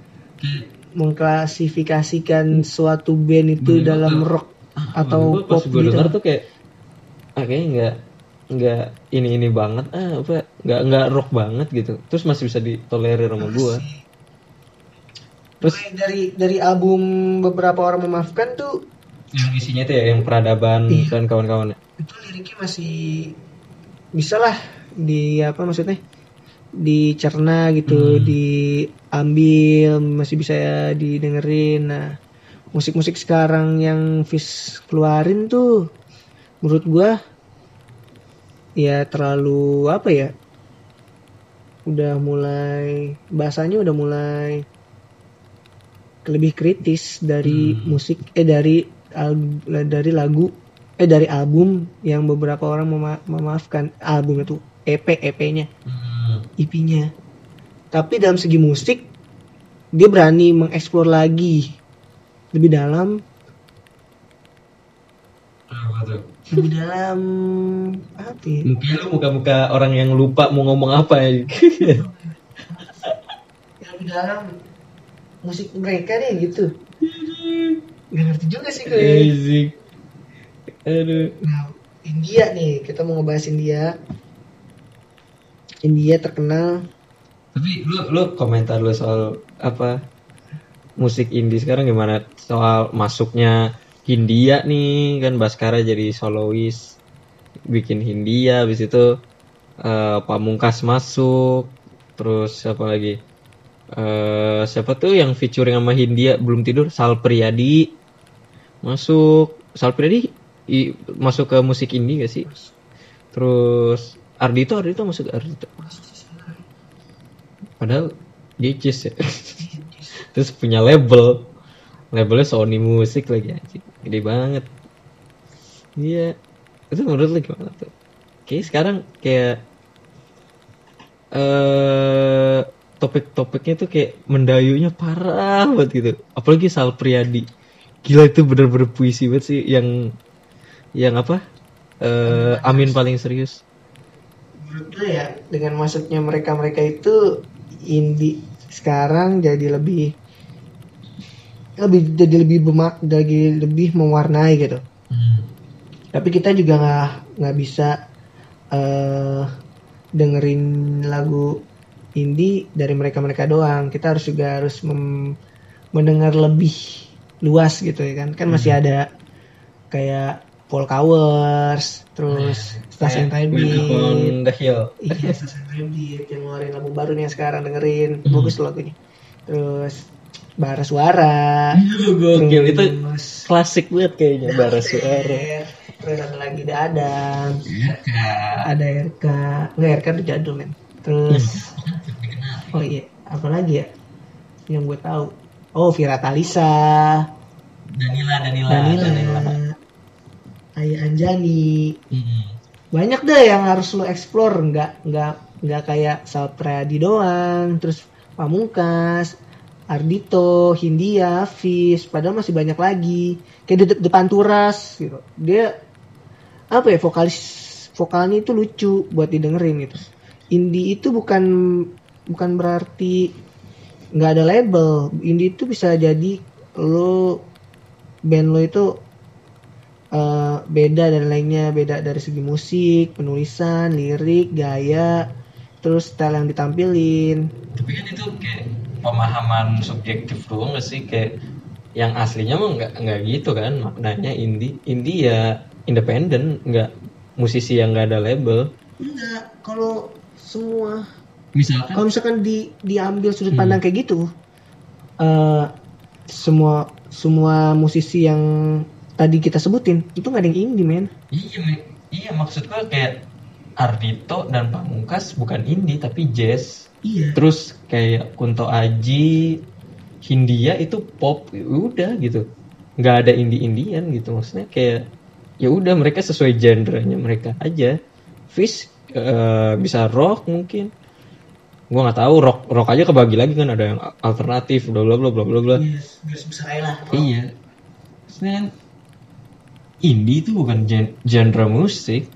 [SPEAKER 2] mengklasifikasikan suatu band itu
[SPEAKER 1] Bagi gua
[SPEAKER 2] dalam
[SPEAKER 1] tuh-
[SPEAKER 2] rock
[SPEAKER 1] Ah,
[SPEAKER 2] atau
[SPEAKER 1] bagi gua pas
[SPEAKER 2] pop
[SPEAKER 1] gua
[SPEAKER 2] gitu.
[SPEAKER 1] denger tuh kayak ah kayaknya nggak nggak ini ini banget ah apa nggak nggak rock banget gitu. Terus masih bisa ditolerir sama gua. Terus
[SPEAKER 2] Mulai dari dari album beberapa orang memaafkan tuh
[SPEAKER 1] yang isinya tuh ya yang peradaban
[SPEAKER 2] Iya.
[SPEAKER 1] dan kawan-kawannya.
[SPEAKER 2] itu liriknya masih bisa lah di apa maksudnya dicerna gitu,
[SPEAKER 1] Hmm.
[SPEAKER 2] diambil masih bisa didengerin. Nah, musik-musik sekarang yang Fis keluarin tuh menurut gua ya terlalu apa ya? Udah mulai bahasanya udah mulai lebih kritis dari
[SPEAKER 1] Hmm.
[SPEAKER 2] musik eh dari al- dari lagu eh dari album yang beberapa orang mema- memaafkan album itu E P E P-nya
[SPEAKER 1] Hmm.
[SPEAKER 2] E P-nya. Tapi dalam segi musik dia berani mengeksplor lagi lebih dalam,
[SPEAKER 1] Apa tuh?
[SPEAKER 2] lebih dalam apa ya?
[SPEAKER 1] Mungkin lu muka-muka orang yang lupa mau ngomong apa ya.
[SPEAKER 2] Lebih dalam musik mereka nih gitu. Gak ngerti juga sih gue.
[SPEAKER 1] Amazing. Aduh.
[SPEAKER 2] Nah, India nih, kita mau ngebahas India. India terkenal.
[SPEAKER 1] Tapi lu lu komentar lu soal apa musik indie sekarang gimana soal masuknya Hindia nih kan Baskara jadi solois bikin Hindia habis itu eh, Pamungkas masuk terus siapa lagi eh siapa tuh yang featuring sama Hindia belum tidur Sal Priadi masuk Sal Priadi i- masuk ke musik indie gak sih terus Ardito Ardito masuk ke Ardito padahal dia jazz ya terus punya label labelnya Sony Music lagi anjing gede banget iya itu menurut lu gimana tuh kayak sekarang kayak eh topik-topiknya tuh kayak mendayunya parah banget gitu apalagi Sal Priadi gila itu bener-bener puisi banget sih yang yang apa eh Amin paling serius
[SPEAKER 2] Menurut gue ya, dengan masuknya mereka-mereka itu indie sekarang jadi lebih lebih jadi lebih bemak jadi lebih mewarnai gitu. Tapi kita juga nggak nggak bisa eh dengerin lagu indie dari mereka-mereka doang. Kita harus juga harus mem- mendengar lebih luas gitu ya kan. Kan masih ada kayak Paul Cowers, terus Stasiun
[SPEAKER 1] Kayak
[SPEAKER 2] Time
[SPEAKER 1] When
[SPEAKER 2] Beat.
[SPEAKER 1] Upon the Hill
[SPEAKER 2] Iya, Stasiun Time Beat yang ngeluarin album baru nih yang sekarang dengerin. Bagus tuh lagunya. Terus Bara Suara.
[SPEAKER 1] gokil itu
[SPEAKER 2] Terus
[SPEAKER 1] klasik banget kayaknya bara suara
[SPEAKER 2] Terus ada lagi The Adams. Ada R K. Nggak, R K udah jadul men. Terus oh iya, apa lagi ya? Yang gue tahu. Oh, Vira Talisa,
[SPEAKER 1] Danila Danila
[SPEAKER 2] Danila, Aya Anjani. Banyak deh yang harus lo explore, nggak nggak nggak kayak Sal Priadi doang, terus Pamungkas, Ardito, Hindia, Fis, padahal masih banyak lagi. Kayak di de- depan Turas gitu. Dia apa ya vokalis vokalnya itu lucu buat didengerin gitu. Indie itu bukan bukan berarti nggak ada label. Indie itu bisa jadi lo band lo itu eh, beda dan lainnya, beda dari segi musik, penulisan, lirik, gaya, terus style yang ditampilin.
[SPEAKER 1] tapi kan itu kayak pemahaman subjektif doang gak sih kayak yang aslinya mah nggak nggak gitu kan maknanya indie indie ya independen nggak musisi yang nggak ada label
[SPEAKER 2] Enggak, kalau semua
[SPEAKER 1] misalkan
[SPEAKER 2] kalau misalkan di diambil sudut pandang kayak gitu, eh, semua semua musisi yang tadi kita sebutin itu nggak ada yang indie men.
[SPEAKER 1] iya Me- iya maksud gua kayak Ardito dan Pamungkas bukan indie tapi jazz
[SPEAKER 2] Iya.
[SPEAKER 1] terus kayak Kunto Aji Hindia itu pop udah gitu nggak ada indie indian gitu maksudnya kayak ya udah mereka sesuai genre-nya mereka aja. Fish uh, bisa rock mungkin, gue nggak tahu, rock rock aja kebagi lagi kan, ada yang alternatif bla bla bla bla bla bla.
[SPEAKER 2] Yes, garis besar lah.
[SPEAKER 1] Iya, sebenarnya indie itu bukan gen- genre musik.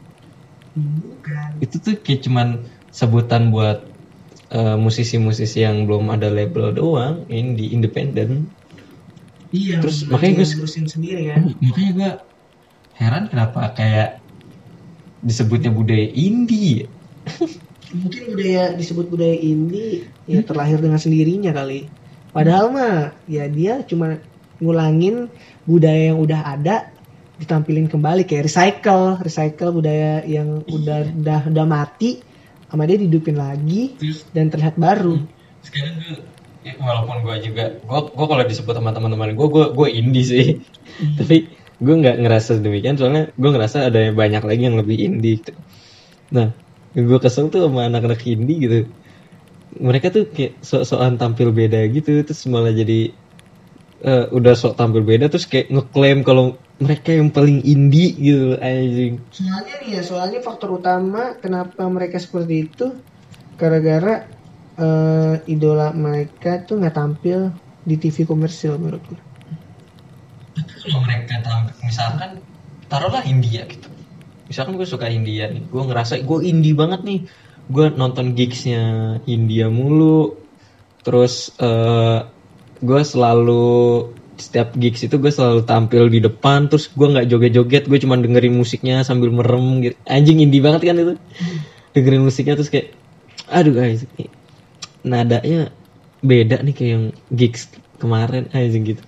[SPEAKER 2] Bukan.
[SPEAKER 1] Itu tuh kayak cuman sebutan buat uh, musisi-musisi yang belum ada label doang, indie, independen.
[SPEAKER 2] Iya.
[SPEAKER 1] Terus makanya gue
[SPEAKER 2] ngurusin sendiri kan.
[SPEAKER 1] Makanya gue heran kenapa kayak disebutnya budaya indie.
[SPEAKER 2] Mungkin budaya disebut budaya indie ya terlahir dengan sendirinya kali. Padahal mah ya dia cuma ngulangin budaya yang udah ada ditampilin kembali, kayak recycle, recycle budaya yang udah udah udah mati sama dia dihidupin lagi dan terlihat baru.
[SPEAKER 1] Sekarang gue ya, walaupun gue juga gue gue kalau disebut sama teman-teman gue gue gue indie sih. Hmm. Tapi gue nggak ngerasa demikian, soalnya gue ngerasa ada yang banyak lagi yang lebih indie gitu. Nah, gue kesel tuh sama anak-anak indie gitu, mereka tuh kayak sok-sokan tampil beda gitu, terus malah jadi uh, udah sok tampil beda terus kayak ngeklaim kalau mereka yang paling indie gitu, anjing.
[SPEAKER 2] Soalnya nih ya, soalnya faktor utama kenapa mereka seperti itu gara-gara uh, idola mereka tuh nggak tampil di T V komersil menurut gue.
[SPEAKER 1] Tapi kalau mereka tampil, misalkan taruhlah India gitu, misalkan gue suka India nih, gue ngerasa gue indie banget nih, gue nonton gigsnya India mulu, terus uh, gue selalu setiap gigs itu gue selalu tampil di depan, terus gue nggak joget-joget, gue cuma dengerin musiknya sambil merem gitu, anjing indie banget kan itu, dengerin musiknya terus kayak, aduh guys, nadanya beda nih kayak yang gigs kemarin, anjing gitu.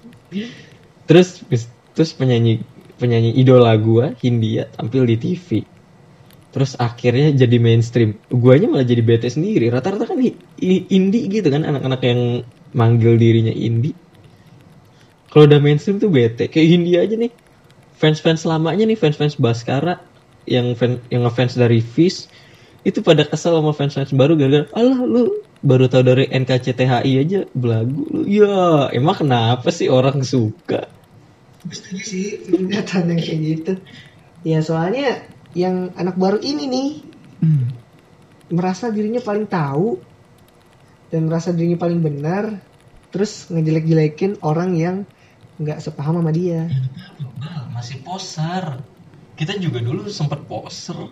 [SPEAKER 1] Terus terus penyanyi penyanyi idola gue Hindia tampil di T V, terus akhirnya jadi mainstream, guanya malah jadi bete sendiri. Rata-rata kan indie gitu kan, anak-anak yang manggil dirinya indie kalau udah mainstream tuh bete. Kayak Hindia aja nih, fans-fans lamanya nih, fans-fans Baskara yang fan, yang ngefans dari Fish itu pada kesel sama fans-fans baru gara-gara, alah lu baru tahu dari N K C T H I aja belagu lu. Ya emang kenapa sih orang suka?
[SPEAKER 2] Setuju sih pernyataan yang kayak gitu. Ya soalnya yang anak baru ini nih hmm. merasa dirinya paling tahu dan merasa dirinya paling benar, terus ngejelek-jelekin orang yang nggak sepaham sama dia.
[SPEAKER 1] Ya, apa, masih poser. Kita juga dulu sempat poser.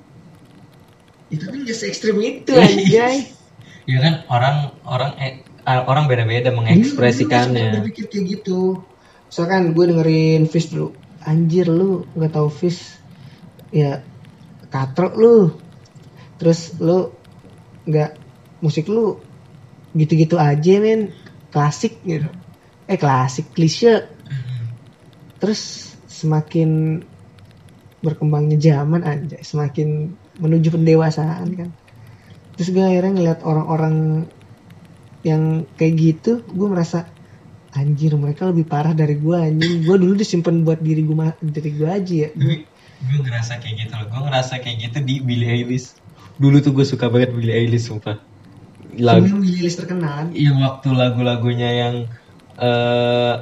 [SPEAKER 2] Itu kan nggak se-ekstrim itu anjay.
[SPEAKER 1] Ya kan orang orang eh, orang beda-beda mengekspresikannya.
[SPEAKER 2] Gue berpikir kayak gitu. Misalkan gue dengerin Fish dulu, anjir lu nggak tahu Fish, ya katrok lu, terus lu nggak, musik lu gitu-gitu aja men, klasik gitu, eh klasik klise. Terus semakin berkembangnya zaman anjay, semakin menuju pendewasaan kan. Terus gue akhirnya ngeliat orang-orang yang kayak gitu, gue merasa anjir mereka lebih parah dari gue anjing. Gue dulu disimpan buat diri gue diri gue aja ya. Gue
[SPEAKER 1] gue ngerasa kayak gitu loh. Gue ngerasa kayak gitu di Billie Eilish. Dulu tuh gue suka banget Billie Eilish sumpah.
[SPEAKER 2] Lagu Billie Eilish terkenal.
[SPEAKER 1] Iya waktu lagu-lagunya yang uh,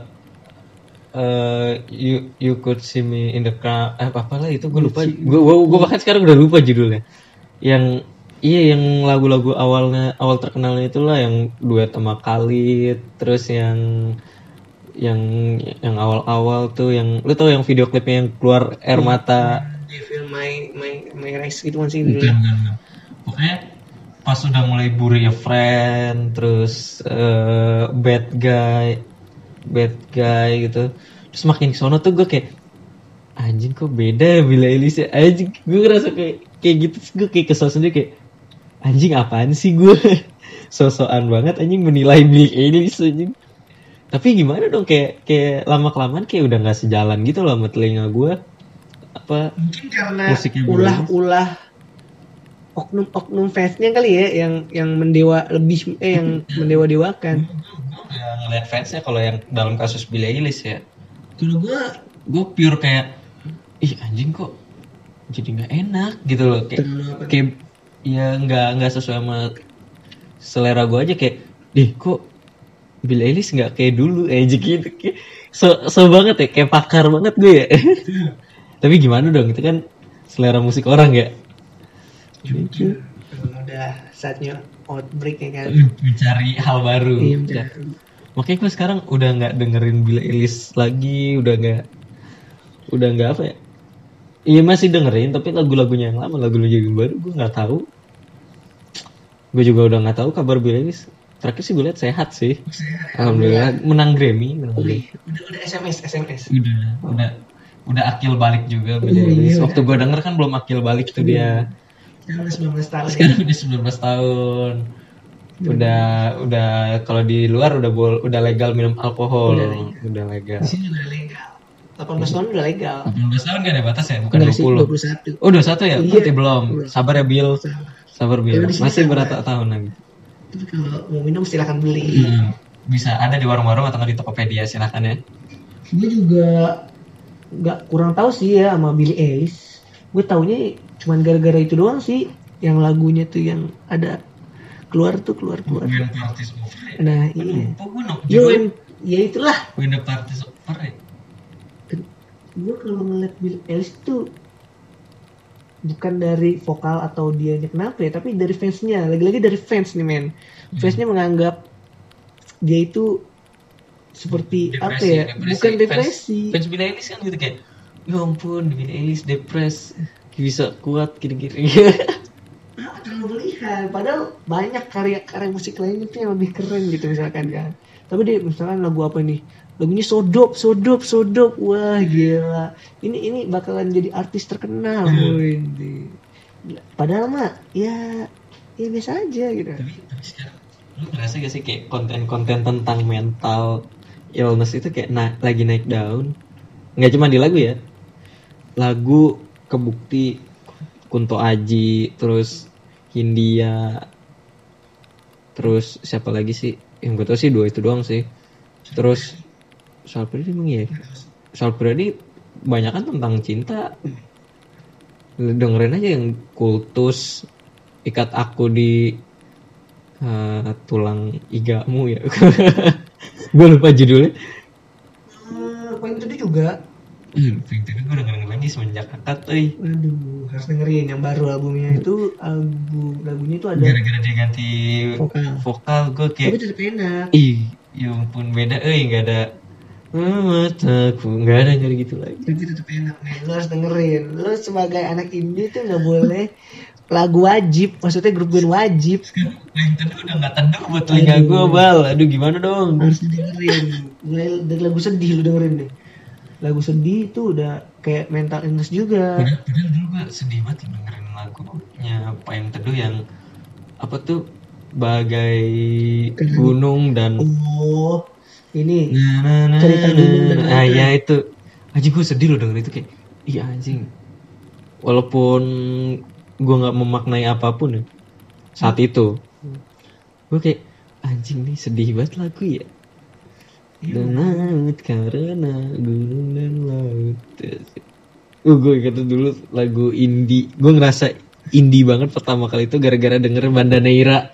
[SPEAKER 1] uh, you you could see me in the crowd. Eh apalah itu gue lupa. Gue gue bahkan sekarang udah lupa judulnya. Yang iya yang lagu-lagu awalnya awal terkenalnya itulah yang duet sama Khalid, terus yang yang yang awal-awal tuh yang lu tau yang video klipnya yang keluar air mata.
[SPEAKER 2] Di film My My My Race itu kan sih.
[SPEAKER 1] Bukan, bukan. Pokoknya pas udah mulai Bury a Friend, terus uh, Bad Guy, Bad Guy gitu. Terus makin kesono tuh gue kayak anjing kok beda ya Billie Eilish ya. Anjing gue ngerasa kayak kayak gitu, gue kayak kesel sendiri kayak anjing apaan sih gue so-soan banget anjing menilai Billie Eilish anjing. Tapi gimana dong, kayak kayak lama-kelamaan kayak udah nggak sejalan gitu loh sama telinga gue. Apa
[SPEAKER 2] mungkin karena ulah-ulah oknum-oknum fansnya kali ya yang yang mendewa lebih eh yang mendewa-dewakan.
[SPEAKER 1] Gue udah ngeliat fansnya kalau yang dalam kasus Billie Eilish ya. Kalau gue gue pure kayak ih anjing kok jadi nggak enak gitu loh, kayak kayak ya nggak nggak sesuai sama selera gue aja, kayak deh kok Billie Eilish nggak kayak dulu aja gitu, kayak so so banget ya, kayak pakar banget gue ya. Tapi gimana dong, itu kan selera musik orang ya.
[SPEAKER 2] Jujur, kalau udah saatnya outbreak ya kan.
[SPEAKER 1] Mencari hal baru.
[SPEAKER 2] Iya,
[SPEAKER 1] Udah.
[SPEAKER 2] betul.
[SPEAKER 1] Makanya gue sekarang udah nggak dengerin Billie Eilish lagi, udah nggak, udah nggak apa ya? Iya masih dengerin, tapi lagu-lagunya yang lama, lagu-lagu yang baru gue nggak tahu. Gue juga udah nggak tahu kabar Billie Eilish. Terakhir sih gue lihat sehat sih. Alhamdulillah menang Grammy, menang Grammy.
[SPEAKER 2] Udah udah S M S S M S.
[SPEAKER 1] Udah, udah, udah akil balik juga Billie Eilish.
[SPEAKER 2] Iya.
[SPEAKER 1] Waktu gue denger kan belum akil balik tuh dia.
[SPEAKER 2] Sekarang udah sembilan belas tahun.
[SPEAKER 1] Sekarang udah sembilan belas tahun. Udah, udah kalau di luar udah bol, udah legal minum alkohol,
[SPEAKER 2] Udah
[SPEAKER 1] udah legal.
[SPEAKER 2] Di sini udah legal. delapan belas tahun udah legal.
[SPEAKER 1] delapan belas tahun gak ada batas ya, bukan
[SPEAKER 2] Enggak
[SPEAKER 1] dua
[SPEAKER 2] sih,
[SPEAKER 1] puluh.
[SPEAKER 2] dua puluh satu.
[SPEAKER 1] Oh, dua puluh satu ya?
[SPEAKER 2] Iya.
[SPEAKER 1] Berarti belum. Sabar ya Bill.
[SPEAKER 2] Sabar.
[SPEAKER 1] Sabar Bill.
[SPEAKER 2] Kalau di sini
[SPEAKER 1] Masih
[SPEAKER 2] sabar.
[SPEAKER 1] berapa tahun lagi?
[SPEAKER 2] Tapi kalau mau minum silakan beli.
[SPEAKER 1] Hmm, bisa ada di warung-warung atau nggak di Tokopedia, silakan ya.
[SPEAKER 2] Gue juga nggak kurang tahu sih ya sama Billie Eilish. Gue taunya cuman gara-gara itu doang sih, yang lagunya tuh yang ada keluar tuh keluar keluar.
[SPEAKER 1] When Parties Over. Ya?
[SPEAKER 2] Nah iya.
[SPEAKER 1] Lupa gue no.
[SPEAKER 2] Yo, when- ya itulah.
[SPEAKER 1] When the Parties Over. Ya?
[SPEAKER 2] Gue kalau ngeliat Billie Eilish tuh bukan dari vokal atau dianya kenapa ya, tapi dari fansnya. Lagi-lagi dari fans nih men. Fansnya menganggap dia itu seperti apa ya? Bukan depresi.
[SPEAKER 1] Fans, fans Billie Eilish kan gitu kayak, ya ampun Billie Eilish depres, bisa kuat gini-gini.
[SPEAKER 2] Ah, terlalu berlebihan. Padahal banyak karya-karya musik lainnya tuh yang lebih keren gitu misalkan kan. Tapi dia misalkan lagu apa nih? Lagunya sodop, sodop, sodop. Wah gila. Ini ini bakalan jadi artis terkenal. Woy. Padahal mah ya ya biasa aja gitu.
[SPEAKER 1] tapi, tapi sekarang lu ngerasa gak sih kayak konten-konten tentang mental illness itu kayak na- lagi naik daun? Nggak cuma di lagu ya, lagu kebukti Kunto Aji, terus Hindia, terus siapa lagi sih yang gue tau sih dua itu doang sih. Terus Sal Predi emang ya, Sal Predi banyak kan tentang cinta. Lu dengerin aja yang Kultus, Ikat Aku di uh, Tulang Igamu ya. Gue lupa judulnya.
[SPEAKER 2] Hmm, poin itu juga.
[SPEAKER 1] Hmm, itu gue denger lagi semenjak akad euy.
[SPEAKER 2] Aduh, harus dengerin yang baru albumnya itu. Album lagunya itu ada
[SPEAKER 1] Gara-gara dia ganti
[SPEAKER 2] vokal.
[SPEAKER 1] vokal gue
[SPEAKER 2] Tapi
[SPEAKER 1] kayak,
[SPEAKER 2] tetap enak.
[SPEAKER 1] ih, ya ampun beda euy, enggak ada mataku, enggak ada kayak gitu lagi.
[SPEAKER 2] Tapi tetap enak men. Lu harus dengerin. Lu sebagai anak indie tuh nggak boleh lagu wajib. Maksudnya grup band wajib.
[SPEAKER 1] Sekarang yang teduh udah nggak teduh buat telinga gue bal. Aduh gimana dong?
[SPEAKER 2] Harus dengerin. Mulai dari lagu sedih lu dengerin deh. Lagu sedih itu udah kayak mental illness juga.
[SPEAKER 1] Padahal, padahal dulu gue sedih banget dengerin lagunya Payung Teduh yang apa tuh, bagai gunung dan
[SPEAKER 2] Oh, ini
[SPEAKER 1] nah, nah, nah,
[SPEAKER 2] cerita gunung dan
[SPEAKER 1] nah,
[SPEAKER 2] lautan.
[SPEAKER 1] ya itu anjing, gue sedih loh denger itu kayak, iya anjing, walaupun gue nggak memaknai apapun ya saat itu, gue kayak anjing nih sedih banget lagu ya. Dan laut karena gunung dan laut. Uh, gue ingat dulu lagu indie. Gue ngerasa indie banget pertama kali itu gara-gara denger Banda Neira.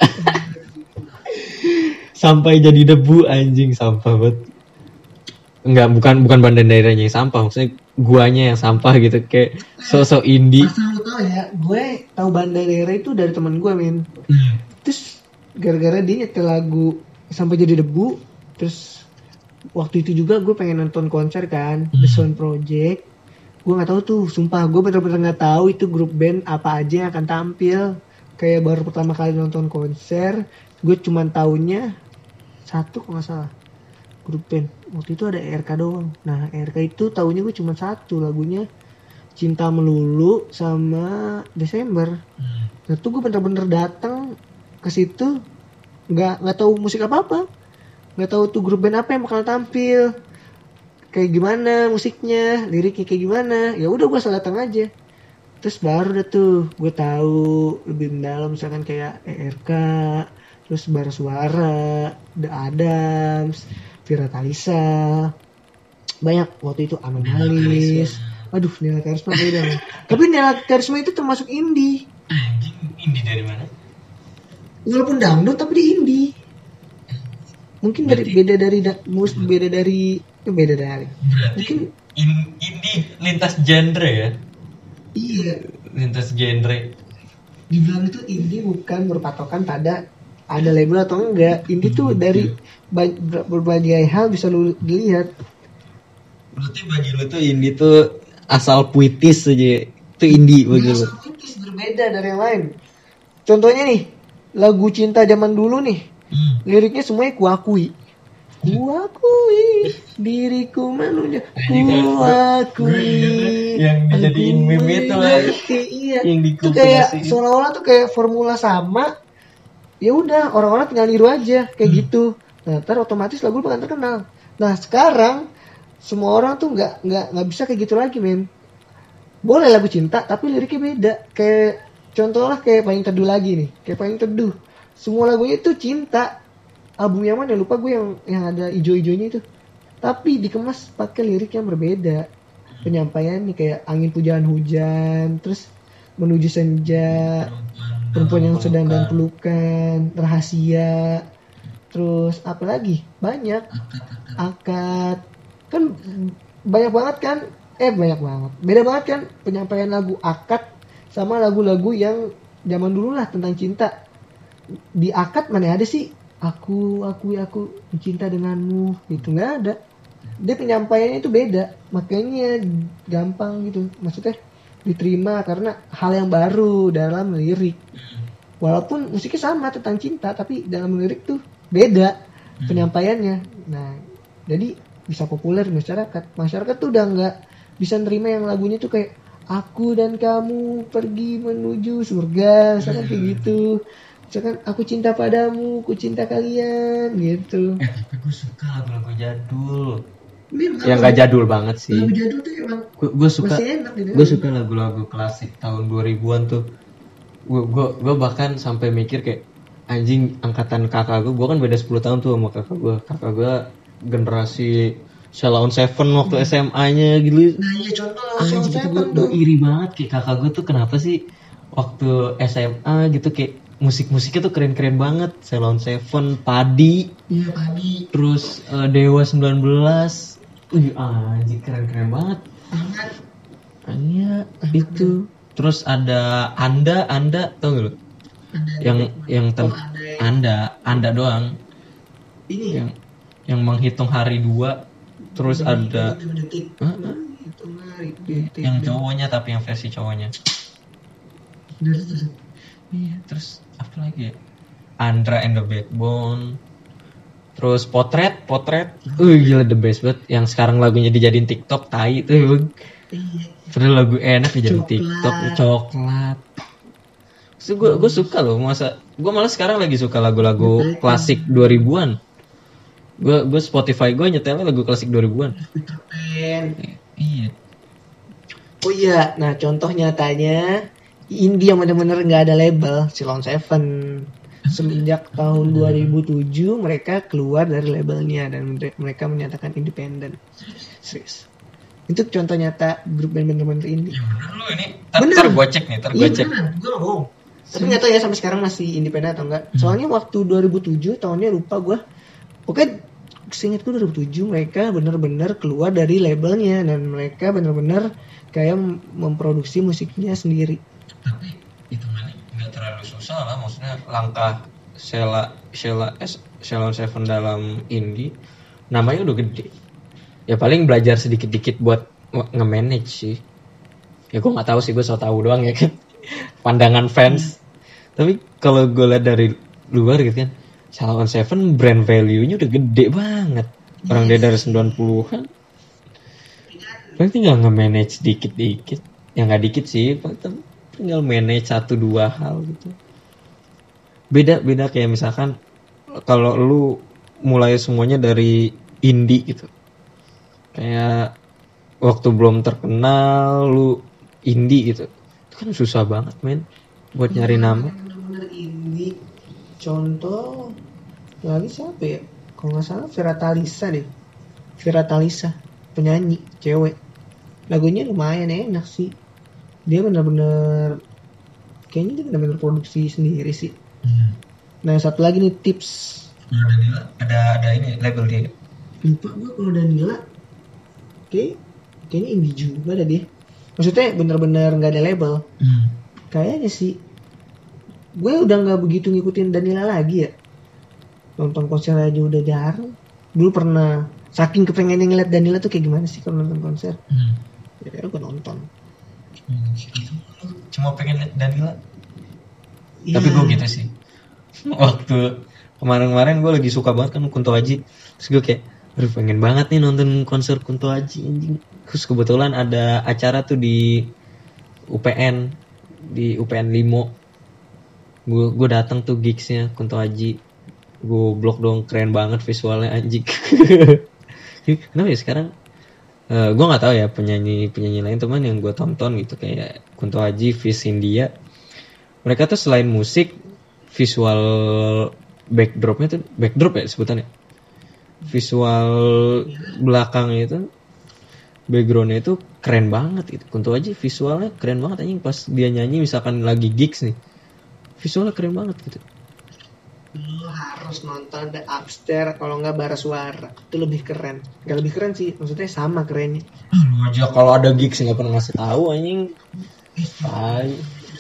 [SPEAKER 1] Sampai jadi debu anjing, sampah banget. Enggak, bukan bukan Banda Neiranya yang sampah, maksudnya guanya yang sampah gitu, kayak sosok indie.
[SPEAKER 2] Asal lu tau ya, gue tahu Banda Neira itu dari teman gue men. Terus gara-gara dia nyetel lagu Sampai Jadi Debu, terus waktu itu juga gue pengen nonton konser kan, The Sound Project. Gue nggak tahu tuh, sumpah gue bener-bener nggak tahu itu grup band apa aja yang akan tampil. Kayak baru pertama kali nonton konser, gue cuman taunya satu kalau nggak salah, grup band. Waktu itu ada E R K doang. Nah E R K itu taunya gue cuma satu, lagunya Cinta Melulu sama Desember. Nah tuh gue bener-bener datang ke situ nggak nggak tahu musik apa apa, nggak tahu tuh grup band apa yang bakal tampil, kayak gimana musiknya, liriknya kayak gimana. Ya udah gue asal datang aja. Terus baru dah tuh gue tahu lebih mendalam, misalkan kayak E R K, terus Bara Suara, The Adams, Vira Talisa, banyak waktu itu Anomalis. Aduh, Nela Karisma beda. Man. Tapi Nela Karisma itu termasuk indie.
[SPEAKER 1] Anjing, indie dari mana?
[SPEAKER 2] Walaupun dangdut tapi di indie. Mungkin dari,
[SPEAKER 1] Berarti-
[SPEAKER 2] beda dari da- mus beda dari beda dari.
[SPEAKER 1] Berarti
[SPEAKER 2] Mungkin
[SPEAKER 1] in, indie lintas genre ya,
[SPEAKER 2] iya,
[SPEAKER 1] lintas genre.
[SPEAKER 2] dibilang itu indie bukan berpatokan pada ada label atau enggak. Indie tuh dari ba- ber- berbagai hal bisa lu dilihat.
[SPEAKER 1] Berarti bagi lu tuh indie tuh asal puitis aja, itu indie bagi lu.
[SPEAKER 2] Bahasa Inggris berbeda dari yang lain. Contohnya nih, lagu cinta zaman dulu nih,
[SPEAKER 1] Hmm.
[SPEAKER 2] liriknya semuanya kuakui. Kuakui diriku manusia, kuakui
[SPEAKER 1] yang dijadiin meme itu lah,
[SPEAKER 2] iya.
[SPEAKER 1] yang
[SPEAKER 2] Itu kayak
[SPEAKER 1] dikompilasiin.
[SPEAKER 2] seolah-olah tuh kayak formula sama. Ya udah, orang-orang tinggal niru aja kayak
[SPEAKER 1] Hmm.
[SPEAKER 2] gitu. Nah, ntar otomatis lagu bakal terkenal. Nah, sekarang semua orang tuh nggak nggak nggak bisa kayak gitu lagi, men. Boleh lagu cinta tapi liriknya beda. Kayak contohnya kayak Payung Teduh lagi nih, kayak Payung Teduh. Semua lagunya itu cinta. Album yang mana lupa gue, yang yang ada ijo-ijonya itu. Tapi dikemas pakai lirik yang berbeda. Penyampaiannya kayak angin pujaan hujan, terus menuju senja, perempuan yang sedang dan pelukan, rahasia, terus apa lagi? Banyak. Akad. Kan banyak banget kan? Eh banyak banget. Beda banget kan penyampaian lagu akad sama lagu-lagu yang zaman dulu lah tentang cinta. Di akad mana ada sih aku aku aku cinta denganmu, gitu nggak ada. Dia penyampaiannya itu beda, makanya gampang gitu, maksudnya diterima karena hal yang baru dalam lirik. Walaupun musiknya sama tentang cinta, tapi dalam lirik tuh beda penyampaiannya. Nah, jadi bisa populer di masyarakat. Masyarakat tuh udah nggak bisa nerima yang lagunya tuh kayak aku dan kamu pergi menuju surga, misalkan kayak gitu. Misalkan aku cinta padamu, ku cinta kalian, gitu.
[SPEAKER 1] Eh tapi gue suka lagu-lagu jadul.
[SPEAKER 2] Ini
[SPEAKER 1] Yang gak jadul banget sih.
[SPEAKER 2] lagu jadul tuh emang
[SPEAKER 1] Gue suka,
[SPEAKER 2] masih enak gitu.
[SPEAKER 1] gue suka lagu-lagu klasik tahun dua ribuan tuh. Gue gue gue bahkan sampai mikir kayak anjing, angkatan kakak gue, gue kan beda sepuluh tahun tuh sama kakak gue. Kakak gue generasi Sheila on Seven waktu S M A-nya gitu.
[SPEAKER 2] Nah iya contoh lah
[SPEAKER 1] Anjing
[SPEAKER 2] Sheila
[SPEAKER 1] gitu,
[SPEAKER 2] on
[SPEAKER 1] gue,
[SPEAKER 2] Seven
[SPEAKER 1] gue
[SPEAKER 2] tuh.
[SPEAKER 1] iri banget kayak kakak gue tuh kenapa sih waktu S M A gitu kayak musik-musiknya tuh keren-keren banget. Sheila on Seven, Padi,
[SPEAKER 2] Iya pagi.
[SPEAKER 1] terus eh, Dewa sembilan belas. Wih anjing keren-keren banget.
[SPEAKER 2] Hangat.
[SPEAKER 1] Iya itu. Terus ada Anda, Anda tau gak lu? Yang yang ten-
[SPEAKER 2] Oh, ada yang-
[SPEAKER 1] Anda, Anda doang.
[SPEAKER 2] Ini
[SPEAKER 1] Yang yang menghitung hari dua. Terus ada
[SPEAKER 2] lima detik.
[SPEAKER 1] Hah?
[SPEAKER 2] Itu hari detik.
[SPEAKER 1] yang cowoknya tapi yang versi cowoknya.
[SPEAKER 2] Dari terus.
[SPEAKER 1] Iya, terus apa lagi ya? Andra and the Backbone. Terus potret, potret. Uh, gila the best banget. Yang sekarang lagunya dijadiin TikTok, tai itu.
[SPEAKER 2] Iya.
[SPEAKER 1] Padahal lagu enak dijadiin
[SPEAKER 2] Coklat.
[SPEAKER 1] TikTok, coklat. So, gue gue suka loh, masa gue malah sekarang lagi suka lagu-lagu klasik dua ribuan. Gue gue Spotify gue nyetelnya lagu klasik dua ribuan.
[SPEAKER 2] Peter Pan.
[SPEAKER 1] Iya.
[SPEAKER 2] Oh iya, nah contoh nyatanya indie yang benar-benar nggak ada label, Sheila on Seven. Semenjak tahun dua ribu tujuh mereka keluar dari labelnya dan mereka menyatakan independen. Serius. Itu contoh nyata grup band bener-bener indie.
[SPEAKER 1] Ya bener lu ini. Ntar,
[SPEAKER 2] Bener.
[SPEAKER 1] ntar gue cek nih, ntar gue
[SPEAKER 2] Iya
[SPEAKER 1] cek.
[SPEAKER 2] beneran, gue gak bohong. Tapi nggak tahu ya sampai sekarang masih independen atau enggak. Soalnya waktu dua ribu tujuh tahunnya lupa gue. Pokoknya seingatku dua ribu tujuh mereka bener-bener keluar dari labelnya dan mereka bener-bener kayak memproduksi musiknya sendiri.
[SPEAKER 1] Tapi itu mana nggak terlalu susah lah, maksudnya langkah Sheila Sheila S Sheila on Seven dalam indie namanya udah gede. Ya paling belajar sedikit-dikit buat nge-manage sih. Ya gue nggak tahu sih, gue so tahu doang ya kan. Pandangan fans. Tapi kalau gue lihat dari luar gitu kan, Sheila on Seven brand value-nya udah gede banget. Orang dia dari sembilan puluhan. Paling tinggal nge-manage dikit-dikit. Ya nggak dikit sih, tinggal manage satu dua hal gitu. Beda-beda kayak misalkan kalau lu mulai semuanya dari indie gitu. Kayak waktu belum terkenal lu indie gitu. Itu kan susah banget, men. Buat nyari nama.
[SPEAKER 2] Bener-bener indie. Contoh lagi siapa ya? Kalau nggak salah Vera Talisa deh. Vera Talisa, penyanyi cewek. Lagunya lumayan enak sih. Dia bener-bener kayaknya dia bener-bener produksi sendiri sih.
[SPEAKER 1] Hmm.
[SPEAKER 2] Nah satu lagi nih tips.
[SPEAKER 1] Kalau Danila ada ada ini label dia.
[SPEAKER 2] Lupa gue kalau Danila kayak kayaknya indie juga dah dia. Maksudnya bener-bener nggak ada label.
[SPEAKER 1] Hmm.
[SPEAKER 2] Kayaknya sih. Gue udah nggak begitu ngikutin Danila lagi ya. Nonton konser aja udah jarang. Dulu pernah saking kepengen ngeliat Danila tuh kayak gimana sih kalau nonton konser.
[SPEAKER 1] Hmm.
[SPEAKER 2] Ya gue nonton.
[SPEAKER 1] Hmm, gitu. Cuma pengen lihat Danila.
[SPEAKER 2] Ya.
[SPEAKER 1] Tapi gue gitu sih. Waktu kemarin-kemarin gue lagi suka banget kan Kunto Aji. Terus gue kayak, aduh pengen banget nih nonton konser Kunto Aji anjing. Terus kebetulan ada acara tuh di U P N, di U P N Limo. Gue gue datang tuh gigsnya Kunto Aji. Gue blok dong, keren banget visualnya anjing. Kenapa ya sekarang? Uh, gue nggak tahu ya penyanyi penyanyi lain teman yang gue tonton gitu kayak Kunto Aji, Vis India. Mereka tuh selain musik, visual backdropnya tuh backdrop ya sebutannya. Visual belakangnya itu, backgroundnya itu keren banget gitu. Kunto Aji visualnya keren banget anjing pas dia nyanyi misalkan lagi gigs nih, visualnya keren banget gitu.
[SPEAKER 2] Lu harus nonton The Upstairs kalau nggak Bara Suara, itu lebih keren. Gak lebih keren sih, maksudnya sama kerennya.
[SPEAKER 1] Lu aja kalau ada gigs nggak pernah ngasih tahu anjing. Tai,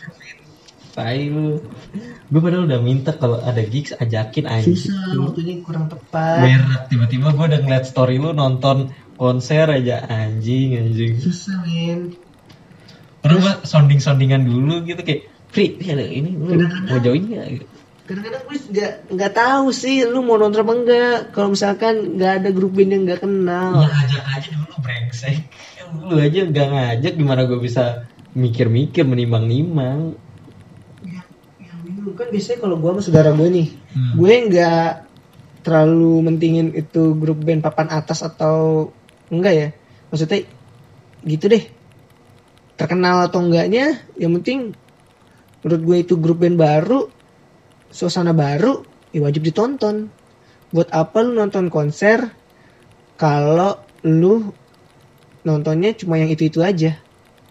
[SPEAKER 1] tai lu. Gue padahal udah minta kalau ada gigs ajakin anjing.
[SPEAKER 2] Susah, waktunya kurang tepat.
[SPEAKER 1] Berat, tiba-tiba gue udah ngeliat story lu nonton konser aja anjing anjing.
[SPEAKER 2] Susah men.
[SPEAKER 1] Pernah gue sounding-soundingan dulu gitu kayak, Pri, ini lu mau join nggak? Gitu.
[SPEAKER 2] Kadang-kadang gue nggak nggak tahu sih lu mau nonton apa enggak kalau misalkan nggak ada grup band yang nggak kenal.
[SPEAKER 1] Ya ajak aja dulu brengsek. Lu aja nggak ngajak gimana gue bisa mikir-mikir menimbang-nimbang.
[SPEAKER 2] Ya, yang bingung kan biasanya kalau gue sama saudara gue nih,
[SPEAKER 1] Hmm.
[SPEAKER 2] gue nggak terlalu mentingin itu grup band papan atas atau enggak ya. Maksudnya gitu deh. Terkenal atau enggaknya, yang penting menurut gue itu grup band baru, suasana baru, ya wajib ditonton. Buat apa lu nonton konser kalau lu nontonnya cuma yang itu-itu aja?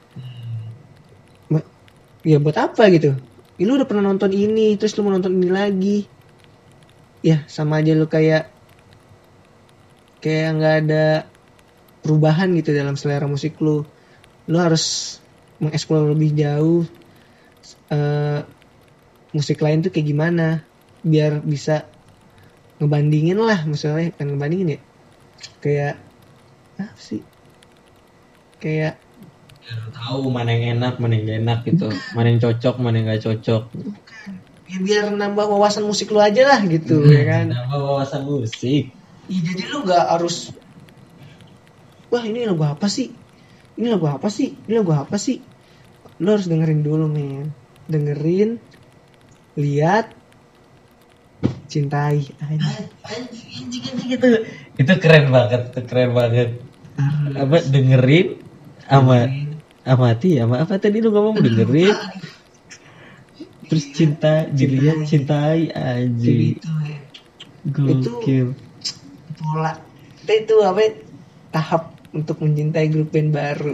[SPEAKER 2] Ma- Ya buat apa gitu? Ya, lu udah pernah nonton ini, terus lu mau nonton ini lagi. Ya sama aja lu kayak kayak nggak ada perubahan gitu dalam selera musik lu. Lu harus mengeksplor lebih jauh eh, musik lain tuh kayak gimana biar bisa ngebandingin lah, misalnya kan ngebandingin ya kayak apa sih kayak
[SPEAKER 1] Ya, lu tahu mana yang enak, mana yang gak enak gitu, mana yang cocok, mana yang gak cocok.
[SPEAKER 2] bukan ya biar nambah wawasan musik lu aja lah gitu
[SPEAKER 1] Hmm,
[SPEAKER 2] ya kan.
[SPEAKER 1] nambah wawasan musik.
[SPEAKER 2] Ya, jadi lu nggak harus wah ini lagu apa sih ini lagu apa sih ini lagu apa sih lu harus dengerin dulu men, dengerin, lihat, cintai aja.
[SPEAKER 1] Anjing, anjing, anjing gitu. Itu keren banget, itu keren banget. Apa dengerin sama amati sama apa tadi lu ngomong dengerin terus cinta dilihat cintai aja.
[SPEAKER 2] Gitu, men.
[SPEAKER 1] Gokil.
[SPEAKER 2] Pola itu, itu apa ya, tahap untuk mencintai grup band baru.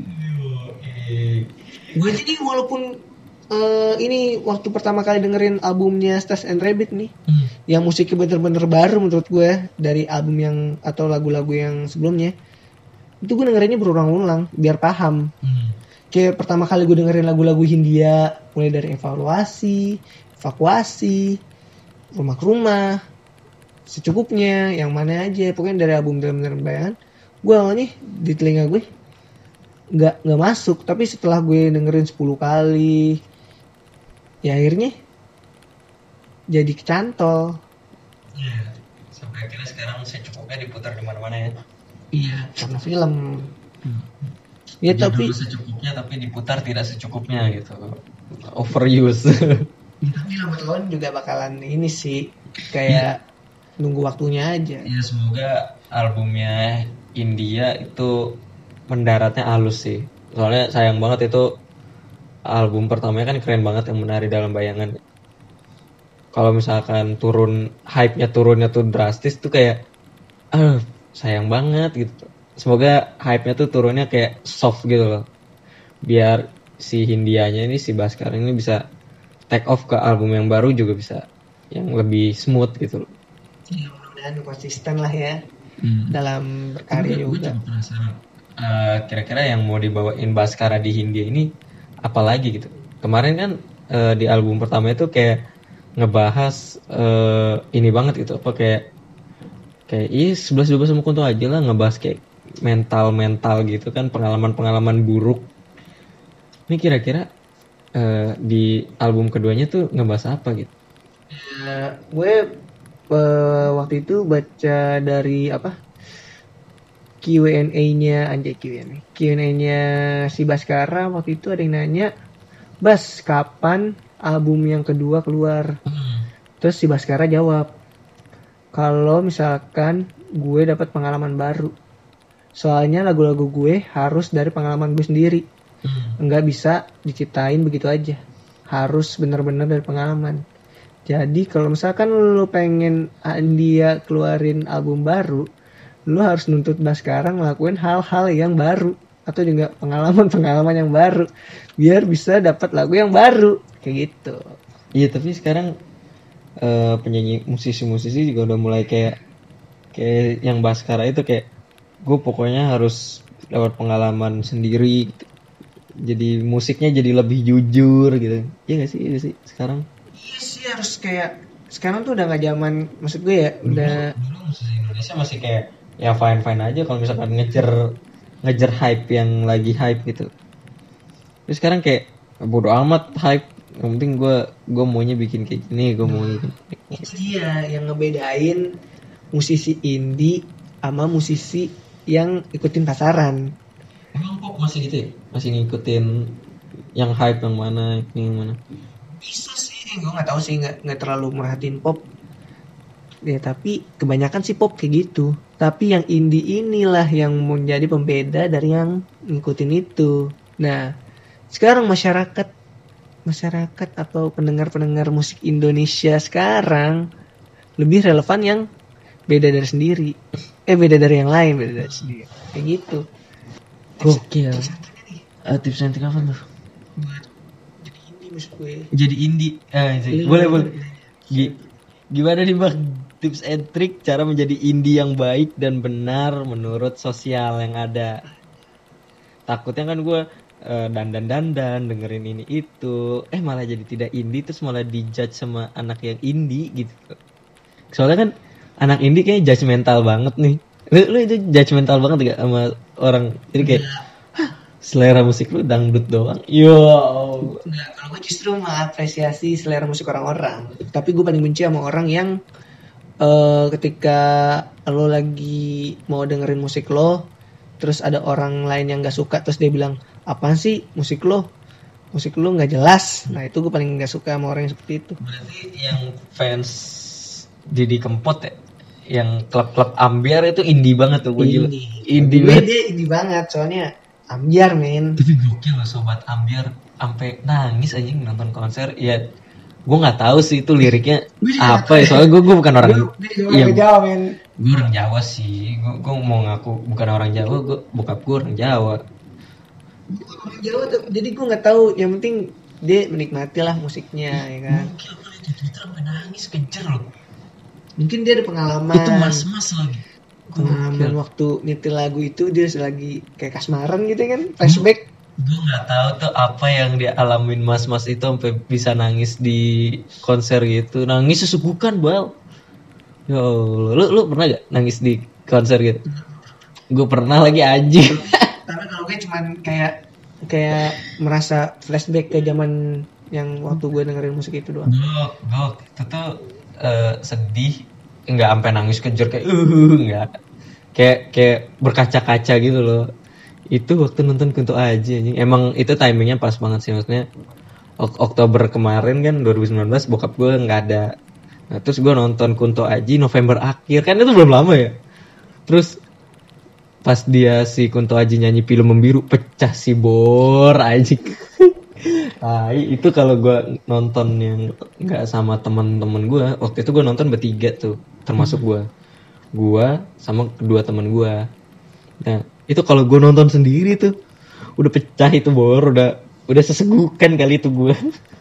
[SPEAKER 2] Gue jadi walaupun eh, ini waktu pertama kali dengerin albumnya Stars and Rabbit nih,
[SPEAKER 1] Hmm.
[SPEAKER 2] yang musiknya bener-bener baru menurut gue dari album yang atau lagu-lagu yang sebelumnya, itu gue dengerinnya berulang-ulang biar paham.
[SPEAKER 1] Hmm.
[SPEAKER 2] Kayak pertama kali gue dengerin lagu-lagu Hindia, mulai dari evaluasi, evakuasi, rumah ke rumah, secukupnya, yang mana aja, pokoknya dari album dalam dalam bayangan, gue awalnya di telinga gue nggak nggak masuk, tapi setelah gue dengerin sepuluh kali, ya akhirnya jadi kecantol.
[SPEAKER 1] Ya, sampai akhirnya sekarang secukupnya diputar di mana-mana ya.
[SPEAKER 2] Iya, karena film. Ya
[SPEAKER 1] Dia
[SPEAKER 2] tapi
[SPEAKER 1] dulu secukupnya tapi diputar tidak secukupnya gitu. Overuse.
[SPEAKER 2] ya, tapi lambat laun juga bakalan ini sih kayak nunggu waktunya aja.
[SPEAKER 1] Ya semoga albumnya India itu mendaratnya halus sih. Soalnya sayang banget itu album pertamanya kan keren banget yang Menari Dalam Bayangan. Kalau misalkan turun hype-nya turunnya tuh drastis tuh kayak ah sayang banget gitu. Semoga hype-nya tuh turunnya kayak soft gitu loh. Biar si Hindianya ini si Bhaskar ini bisa take off ke album yang baru juga bisa yang lebih smooth gitu loh.
[SPEAKER 2] Ya mudah-mudahan konsisten lah ya
[SPEAKER 1] Hmm.
[SPEAKER 2] dalam berkarya
[SPEAKER 1] Gue
[SPEAKER 2] juga.
[SPEAKER 1] juga penasaran eh, kira-kira yang mau dibawain Baskara di Hindia ini apalagi gitu. Kemarin kan eh, di album pertama itu kayak ngebahas eh, ini banget gitu, apa kayak kayak ih sebelas dua belas sama Kunto aja lah, ngebahas kayak mental-mental gitu kan, pengalaman-pengalaman buruk. Ini kira-kira eh, di album keduanya tuh ngebahas apa gitu?
[SPEAKER 2] Ya, gue eh, waktu itu baca dari apa Q and A-nya anjay Q and A. Q and A-nya si Baskara waktu itu ada yang nanya, "Bas, kapan album yang kedua keluar?" Terus si Baskara jawab, "Kalau misalkan gue dapat pengalaman baru. Soalnya lagu-lagu gue harus dari pengalaman gue sendiri. Enggak bisa diciptain begitu aja. Harus benar-benar dari pengalaman. Jadi kalau misalkan lu pengen dia keluarin album baru, lu harus nuntut Baskara ngelakuin hal-hal yang baru atau juga pengalaman-pengalaman yang baru biar bisa dapat lagu yang baru kayak gitu."
[SPEAKER 1] Iya, tapi sekarang eh, penyanyi musisi-musisi juga udah mulai kayak kayak yang Baskara itu kayak gue pokoknya harus lewat pengalaman sendiri gitu. Jadi musiknya jadi lebih jujur gitu. Iya gak sih, iya sih sekarang?
[SPEAKER 2] Iya sih harus kayak sekarang tuh udah nggak zaman maksud gue ya udah
[SPEAKER 1] Dulu musisi Indonesia masih kayak ya fine fine aja kalau misalkan ngejar ngejar hype yang lagi hype gitu. Terus sekarang kayak bodo amat hype, yang penting gue gue maunya bikin kayak gini, gue mau bikin.
[SPEAKER 2] itu dia yang ngebedain musisi indie sama musisi yang ikutin pasaran.
[SPEAKER 1] Emang pop masih gitu ya? Masih ngikutin yang hype yang mana, ini yang mana?
[SPEAKER 2] Bisa sih, gue nggak tahu sih, nggak nggak terlalu merhatiin pop. Ya tapi kebanyakan sih pop kayak gitu. Tapi yang indie inilah yang menjadi pembeda dari yang ngikutin itu. Nah, sekarang masyarakat masyarakat atau pendengar-pendengar musik Indonesia sekarang lebih relevan yang beda dari sendiri. Eh beda dari yang lain, beda dari sendiri. Kayak gitu.
[SPEAKER 1] Gokil. Uh, tips and trick apa tuh?
[SPEAKER 2] Buat jadi indie maksud gue.
[SPEAKER 1] Jadi indie. Ah, sih.
[SPEAKER 2] Lu
[SPEAKER 1] Boleh,
[SPEAKER 2] nonton
[SPEAKER 1] boleh. Gi- Gimana nih Bang? Tips and trick cara menjadi indie yang baik dan benar menurut sosial yang ada. Takutnya kan gue eh, dandan-dandan dengerin ini itu, eh malah jadi tidak indie, terus malah dijudge sama anak yang indie gitu. Soalnya kan anak indie kayak judgmental banget nih. Lu, lu itu judgmental banget gak sama orang? Jadi kayak "Hah, selera musik lu dangdut doang." Yo.
[SPEAKER 2] Nah, kalau gue justru mengapresiasi selera musik orang-orang. Tapi gue paling benci sama orang yang eh, ketika lo lagi mau dengerin musik lo, terus ada orang lain yang gak suka, terus dia bilang, "Apaan sih musik lo? Musik lo gak jelas." Nah itu gue paling gak suka sama orang yang seperti itu.
[SPEAKER 1] Berarti yang fans Didi Kempot ya, yang klub-klub ambiar itu indie banget tuh, gue gila.
[SPEAKER 2] Indie.
[SPEAKER 1] Indie
[SPEAKER 2] Gue
[SPEAKER 1] banget.
[SPEAKER 2] dia indie banget, soalnya ambiar men.
[SPEAKER 1] Tapi gokil loh sobat ambiar, sampai nangis anjing nonton konser. Ya gue nggak tahu sih itu liriknya apa ya, soalnya gue gue bukan orang. Iya,
[SPEAKER 2] Jawa men.
[SPEAKER 1] gue orang Jawa sih. Gue gue mau ngaku bukan orang Jawa, gue bokap gue orang Jawa.
[SPEAKER 2] Orang Jawa tuh, jadi gue nggak tahu. Yang penting dia menikmati lah musiknya, ya kan.
[SPEAKER 1] Gokil, gue di Twitter sampai nangis kejer loh.
[SPEAKER 2] Mungkin dia ada pengalaman.
[SPEAKER 1] Itu mas-mas lagi.
[SPEAKER 2] Pengalaman waktu nyetir lagu itu dia lagi kayak kasmaran gitu kan, flashback.
[SPEAKER 1] Gue nggak tahu tuh apa yang dia alamin mas-mas itu sampai bisa nangis di konser gitu. Nangis sesugukan bal. Ya Allah, lu lu pernah gak nangis di konser gitu? Gue pernah lagi anjing.
[SPEAKER 2] Tapi kalau gue cuman kayak kayak merasa flashback ke zaman yang waktu gue dengerin musik itu doang.
[SPEAKER 1] Gok, gok, itu tuh eh, sedih, nggak sampai nangis kejer kayak uh nggak, kayak kayak berkaca-kaca gitu loh. Itu waktu nonton Kunto Aji anjing. Emang itu timingnya pas banget sih, maksudnya Ok- Oktober kemarin kan dua ribu sembilan belas bokap gue nggak ada. Nah, terus gue nonton Kunto Aji November akhir, kan itu belum lama ya. Terus pas dia si Kunto Aji nyanyi Film Membiru, pecah si bor anjing. Tai, itu kalau gue nonton yang nggak sama teman-teman gue, waktu itu gue nonton bertiga tuh, termasuk gue, gue sama kedua teman gue. Nah itu kalau gue nonton sendiri tuh udah pecah itu bor, udah udah sesegukan kali itu gue.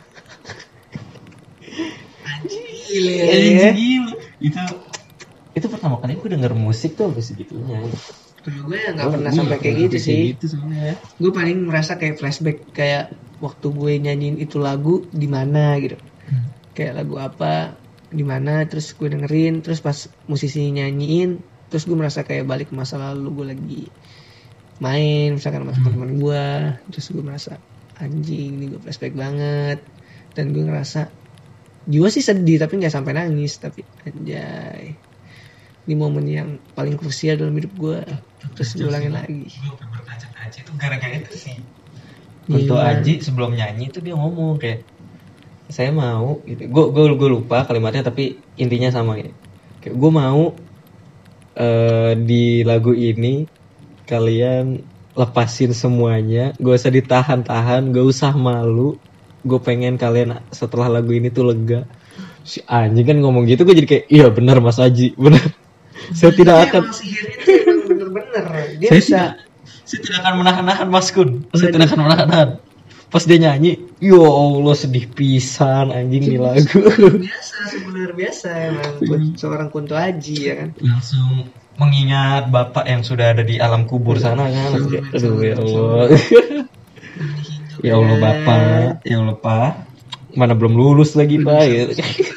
[SPEAKER 2] Gile
[SPEAKER 1] Anjing,
[SPEAKER 2] ya.
[SPEAKER 1] gila. Itu itu pertama kali gue denger musik tuh habis segitunya.
[SPEAKER 2] Kalau gue ya nggak
[SPEAKER 1] Oh,
[SPEAKER 2] pernah
[SPEAKER 1] gue
[SPEAKER 2] sampai
[SPEAKER 1] nggak
[SPEAKER 2] kayak
[SPEAKER 1] pernah
[SPEAKER 2] gitu
[SPEAKER 1] kayak
[SPEAKER 2] sih.
[SPEAKER 1] gitu soalnya.
[SPEAKER 2] Gue paling merasa kayak flashback kayak waktu gue nyanyiin itu lagu di mana gitu.
[SPEAKER 1] Hmm.
[SPEAKER 2] Kayak lagu apa di mana terus gue dengerin terus pas musisi nyanyiin terus gue merasa kayak balik ke masa lalu gue lagi main misalkan sama
[SPEAKER 1] Hmm.
[SPEAKER 2] teman-teman gue terus gue merasa anjing ini gue flashback banget dan gue ngerasa jiwa sih sedih tapi nggak sampai nangis tapi anjay ini momen yang paling krusial dalam hidup gue terus gue ulangin lagi.
[SPEAKER 1] Gue berkaca-kaca itu gara-gara itu sih. Untuk
[SPEAKER 2] Iya.
[SPEAKER 1] Aji sebelum nyanyi itu dia ngomong kayak saya mau gitu. Gue gue gue lupa kalimatnya tapi intinya sama gitu. Kayak gue mau eh, di lagu ini kalian lepasin semuanya, gak usah ditahan-tahan, gak usah malu. Gue pengen kalian setelah lagu ini tuh lega. Si anjing kan ngomong gitu, gue jadi kayak iya benar Mas Aji, benar. Saya tidak akan
[SPEAKER 2] Emang sihirnya tuh emang bener-bener dia
[SPEAKER 1] saya
[SPEAKER 2] bisa
[SPEAKER 1] tidak saya tidak akan menahan-nahan Mas Kun. Saya tidak akan menahan-nahan. Pas dia nyanyi, ya Allah sedih pisan anjing nih lagu.
[SPEAKER 2] biasa sebenarnya biasa emang seorang Kunto Aji ya kan.
[SPEAKER 1] Langsung mengingat bapak yang sudah ada di alam kubur sana kan. Kayak, aduh ya Allah. Ya Allah bapak, ya Allah pak. Mana belum lulus lagi pak gitu.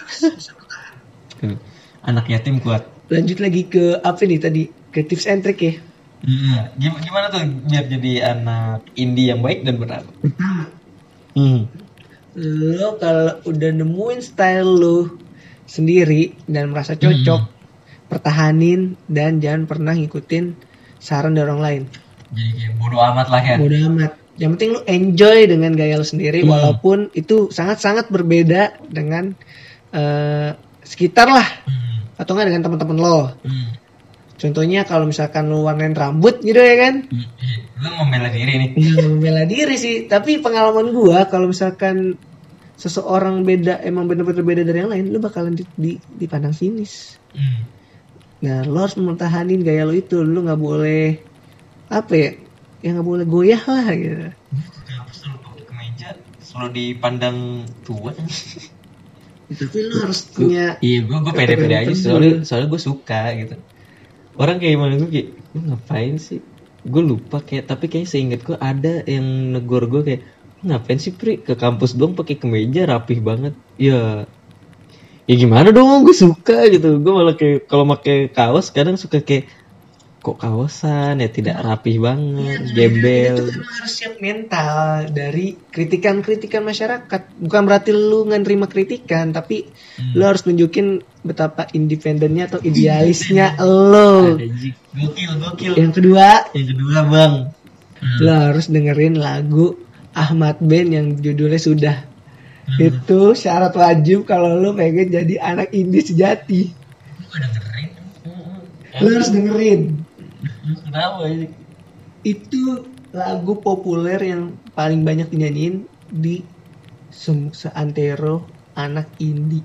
[SPEAKER 1] Anak yatim kuat.
[SPEAKER 2] Lanjut lagi ke apa nih tadi ke tips and trick ya.
[SPEAKER 1] Iya, gimana, gimana tuh biar jadi anak indie yang baik dan benar?
[SPEAKER 2] Pertama,
[SPEAKER 1] Hmm.
[SPEAKER 2] lo kalau udah nemuin style lo sendiri dan merasa cocok, pertahanin dan jangan pernah ngikutin saran dari orang lain.
[SPEAKER 1] Jadi kayak bodo amat lah ya.
[SPEAKER 2] Bodo amat. Yang penting lo enjoy dengan gaya lo sendiri
[SPEAKER 1] Hmm.
[SPEAKER 2] walaupun itu sangat-sangat berbeda dengan eh, sekitar lah
[SPEAKER 1] Hmm.
[SPEAKER 2] atau enggak dengan teman-teman lo.
[SPEAKER 1] Hmm.
[SPEAKER 2] Contohnya kalau misalkan lo warnain rambut gitu ya kan.
[SPEAKER 1] Hmm. Lu membela diri nih.
[SPEAKER 2] Ya membela diri sih, tapi pengalaman gua kalau misalkan seseorang beda emang benar-benar beda dari yang lain, lu bakalan di, di, dipandang sinis.
[SPEAKER 1] Hmm.
[SPEAKER 2] Nah, lo harus mempertahankan gaya lo itu, lu nggak boleh apa ya, ya nggak boleh goyah lah gitu.
[SPEAKER 1] Kenapa selalu pakai kemeja selalu dipandang tua?
[SPEAKER 2] Tapi lu harus punya.
[SPEAKER 1] Iya, gue gue pede-pede aja soalnya soalnya gue suka gitu. Orang kayak gimana gue kayak lu ngapain sih? Gue lupa kayak tapi kayak seingat gue ada yang negor gue kayak ngapain sih Pri ke kampus doang pakai kemeja rapih banget. Ya ya gimana dong gue suka gitu. Gue malah kayak kalau pakai kaos kadang suka kayak kok kaosan ya tidak rapih banget, gembel.
[SPEAKER 2] Itu emang harus siap mental dari kritikan-kritikan masyarakat. Bukan berarti lu nggak nerima kritikan, tapi
[SPEAKER 1] Hmm.
[SPEAKER 2] lu harus nunjukin betapa independennya atau idealisnya lo.
[SPEAKER 1] Gokil, gokil.
[SPEAKER 2] Yang kedua,
[SPEAKER 1] Yang kedua bang.
[SPEAKER 2] lo harus dengerin lagu Ahmad Ben yang judulnya Sudah.
[SPEAKER 1] Hmm.
[SPEAKER 2] Itu syarat wajib kalau lo pengen jadi anak indie sejati.
[SPEAKER 1] Gue dengerin.
[SPEAKER 2] Lo harus dengerin.
[SPEAKER 1] Kenapa sih?
[SPEAKER 2] Itu lagu populer yang paling banyak dinyanyiin di sem- seantero anak indie.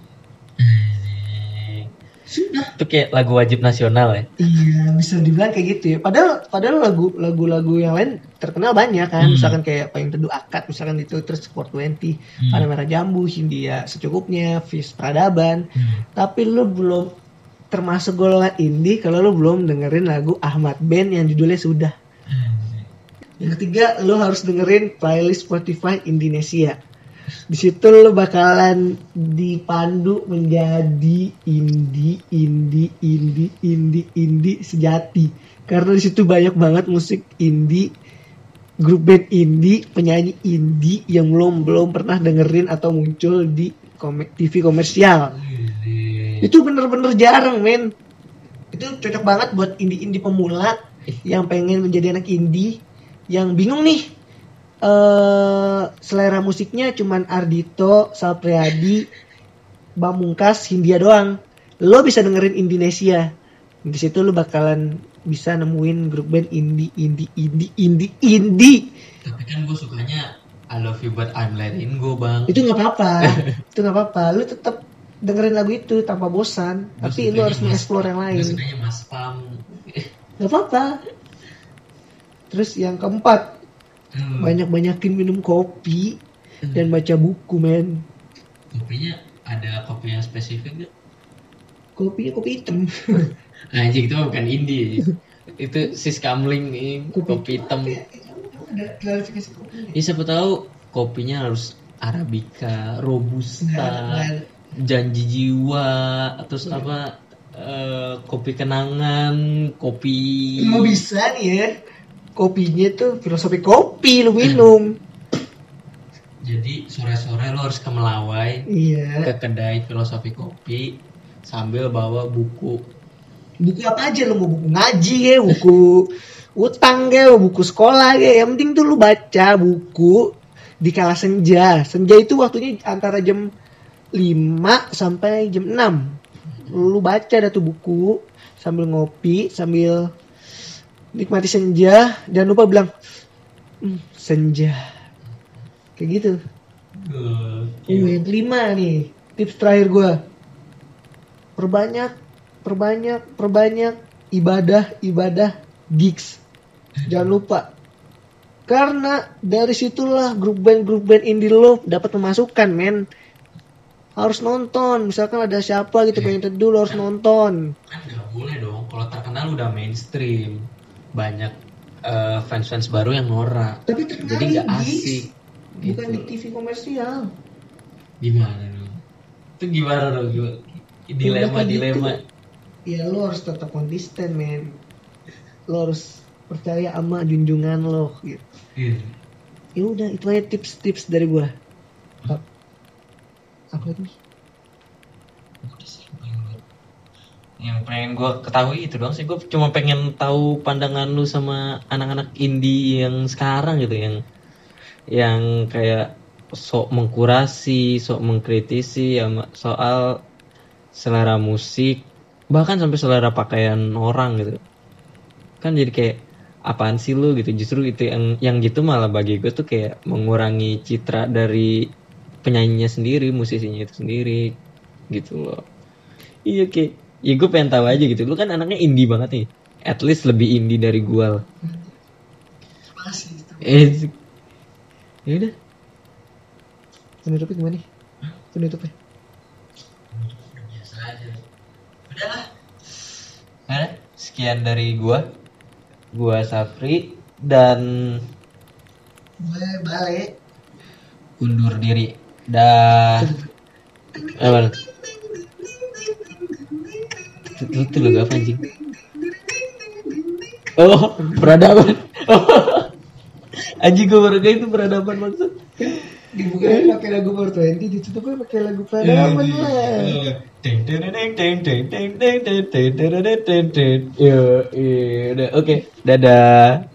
[SPEAKER 2] Sudah.
[SPEAKER 1] Itu kayak lagu wajib nasional ya.
[SPEAKER 2] Iya, bisa dibilang kayak gitu ya. Padahal padahal lagu lagu-lagu yang lain terkenal banyak kan.
[SPEAKER 1] Hmm.
[SPEAKER 2] Misalkan kayak Payung Teduh Akad, misalkan itu terus four twenty,
[SPEAKER 1] Hmm.
[SPEAKER 2] Panah Merah Jambu, Hindia Secukupnya, Fis Peradaban.
[SPEAKER 1] Hmm.
[SPEAKER 2] Tapi lu belum termasuk golongan indie kalau lu belum dengerin lagu Ahmad Ben yang judulnya Sudah. Yang ketiga, lu harus dengerin playlist Spotify Indonesia. Di situ lu bakalan dipandu menjadi indie, indie, indie, indie, indie sejati. Karena di situ banyak banget musik indie, grup band indie, penyanyi indie yang belum belum pernah dengerin atau muncul di kom- T V komersial. Itu bener-bener jarang, men. Itu cocok banget buat indie-indie pemula yang pengen menjadi anak indie, yang bingung nih. Eh selera musiknya cuman Ardhito, Salpriadi, Pamungkas, Hindia doang. Lo bisa dengerin Indonesia. Di situ lo bakalan bisa nemuin grup band indie, indie, indie, indie, indie.
[SPEAKER 1] Tapi kan gue sukanya I Love You But I'm Letting Go bang.
[SPEAKER 2] Itu nggak apa-apa. Itu nggak apa-apa. Lo tetap dengerin lagu itu tanpa bosan.
[SPEAKER 1] Gua
[SPEAKER 2] Tapi lo
[SPEAKER 1] sukanya
[SPEAKER 2] harus
[SPEAKER 1] Mas-
[SPEAKER 2] mengeksplor yang
[SPEAKER 1] Gue
[SPEAKER 2] lain.
[SPEAKER 1] sukanya Mas Pam.
[SPEAKER 2] Nggak apa-apa. Terus yang keempat,
[SPEAKER 1] Hmm.
[SPEAKER 2] banyak-banyakin minum kopi dan baca buku, men.
[SPEAKER 1] Kopinya ada kopi yang spesifik gak?
[SPEAKER 2] Kopinya kopi hitam.
[SPEAKER 1] Anjing itu bukan indie. Itu sis kamling nih, kopi hitam.
[SPEAKER 2] Ada klarifikasi kopinya.
[SPEAKER 1] Ya siapa tahu kopinya harus Arabica, Robusta,
[SPEAKER 2] Nggak ada, nggak ada.
[SPEAKER 1] Janji Jiwa, terus apa eh, kopi kenangan, kopi
[SPEAKER 2] Lu bisa nih ya, kopinya tuh filosofi kopi lu minum.
[SPEAKER 1] Jadi sore-sore lo harus ke Melawai,
[SPEAKER 2] Iya.
[SPEAKER 1] ke kedai filosofi kopi sambil bawa buku.
[SPEAKER 2] Buku apa aja lu, mau buku ngaji ya, buku utang ya, buku sekolah ya. Yang penting tuh lu baca buku di kala senja. Senja itu waktunya antara jam lima sampai jam enam. Lu baca dah tuh buku sambil ngopi, sambil nikmati senja. Jangan lupa bilang "Hmm, senja." Kayak gitu. Uh, yang kelima nih, tips terakhir gue. Perbanyak, perbanyak, perbanyak ibadah, ibadah gigs. Jangan lupa. Karena dari situlah grup band, grup band indie lo dapat pemasukan, men. Harus nonton. Misalkan ada siapa gitu pengen teduh, lo harus nonton.
[SPEAKER 1] Kan nggak boleh dong. Kalau terkenal udah mainstream, banyak uh, fans-fans baru yang norak.
[SPEAKER 2] Tapi terkenal
[SPEAKER 1] jadi nggak
[SPEAKER 2] gigs.
[SPEAKER 1] asik.
[SPEAKER 2] Bukan
[SPEAKER 1] Gitu.
[SPEAKER 2] di T V komersial.
[SPEAKER 1] Gimana dong? Itu gimana dong? Gimana? Dilema, dilema.
[SPEAKER 2] Ya lo harus tetap konsisten, men. Lo harus percaya sama junjungan lo gitu.
[SPEAKER 1] Iya.
[SPEAKER 2] Ya udah, itu aja tips-tips dari gua. Apa, apa itu?
[SPEAKER 1] Yang pengen gue ketahui itu doang sih. Gue cuma pengen tahu pandangan lu sama anak-anak indie yang sekarang gitu, yang yang kayak sok mengkurasi, sok mengkritisi ya soal selera musik, bahkan sampai selera pakaian orang gitu. Kan jadi kayak apaan sih lu gitu. Justru itu yang yang gitu malah bagi gue tuh kayak mengurangi citra dari penyanyinya sendiri, musisinya itu sendiri gitu loh. Iya kayak, ya gue pengen tahu aja gitu. Lu kan anaknya indie banget nih. At least lebih indie dari gue lah.
[SPEAKER 2] Masih itu.
[SPEAKER 1] Eh, ya udah.
[SPEAKER 2] Penutupnya gimana nih? Penutupnya.
[SPEAKER 1] Biasa aja. Udah lah. Nah, sekian dari gue. Gue Safri dan
[SPEAKER 2] Gue balik.
[SPEAKER 1] undur diri. Dah. Apa? Itu tuh lagu apa anjing? Oh, peradaban. Anjing gue baru kayak itu peradaban maksud.
[SPEAKER 2] Dibukain pakai lagu four twenty, ditutupnya pakai lagu peradaban lah.
[SPEAKER 1] Deng deng deng deng deng deng deng deng deng deng deng deng deng. Yo, iya, udah, oke, dadah.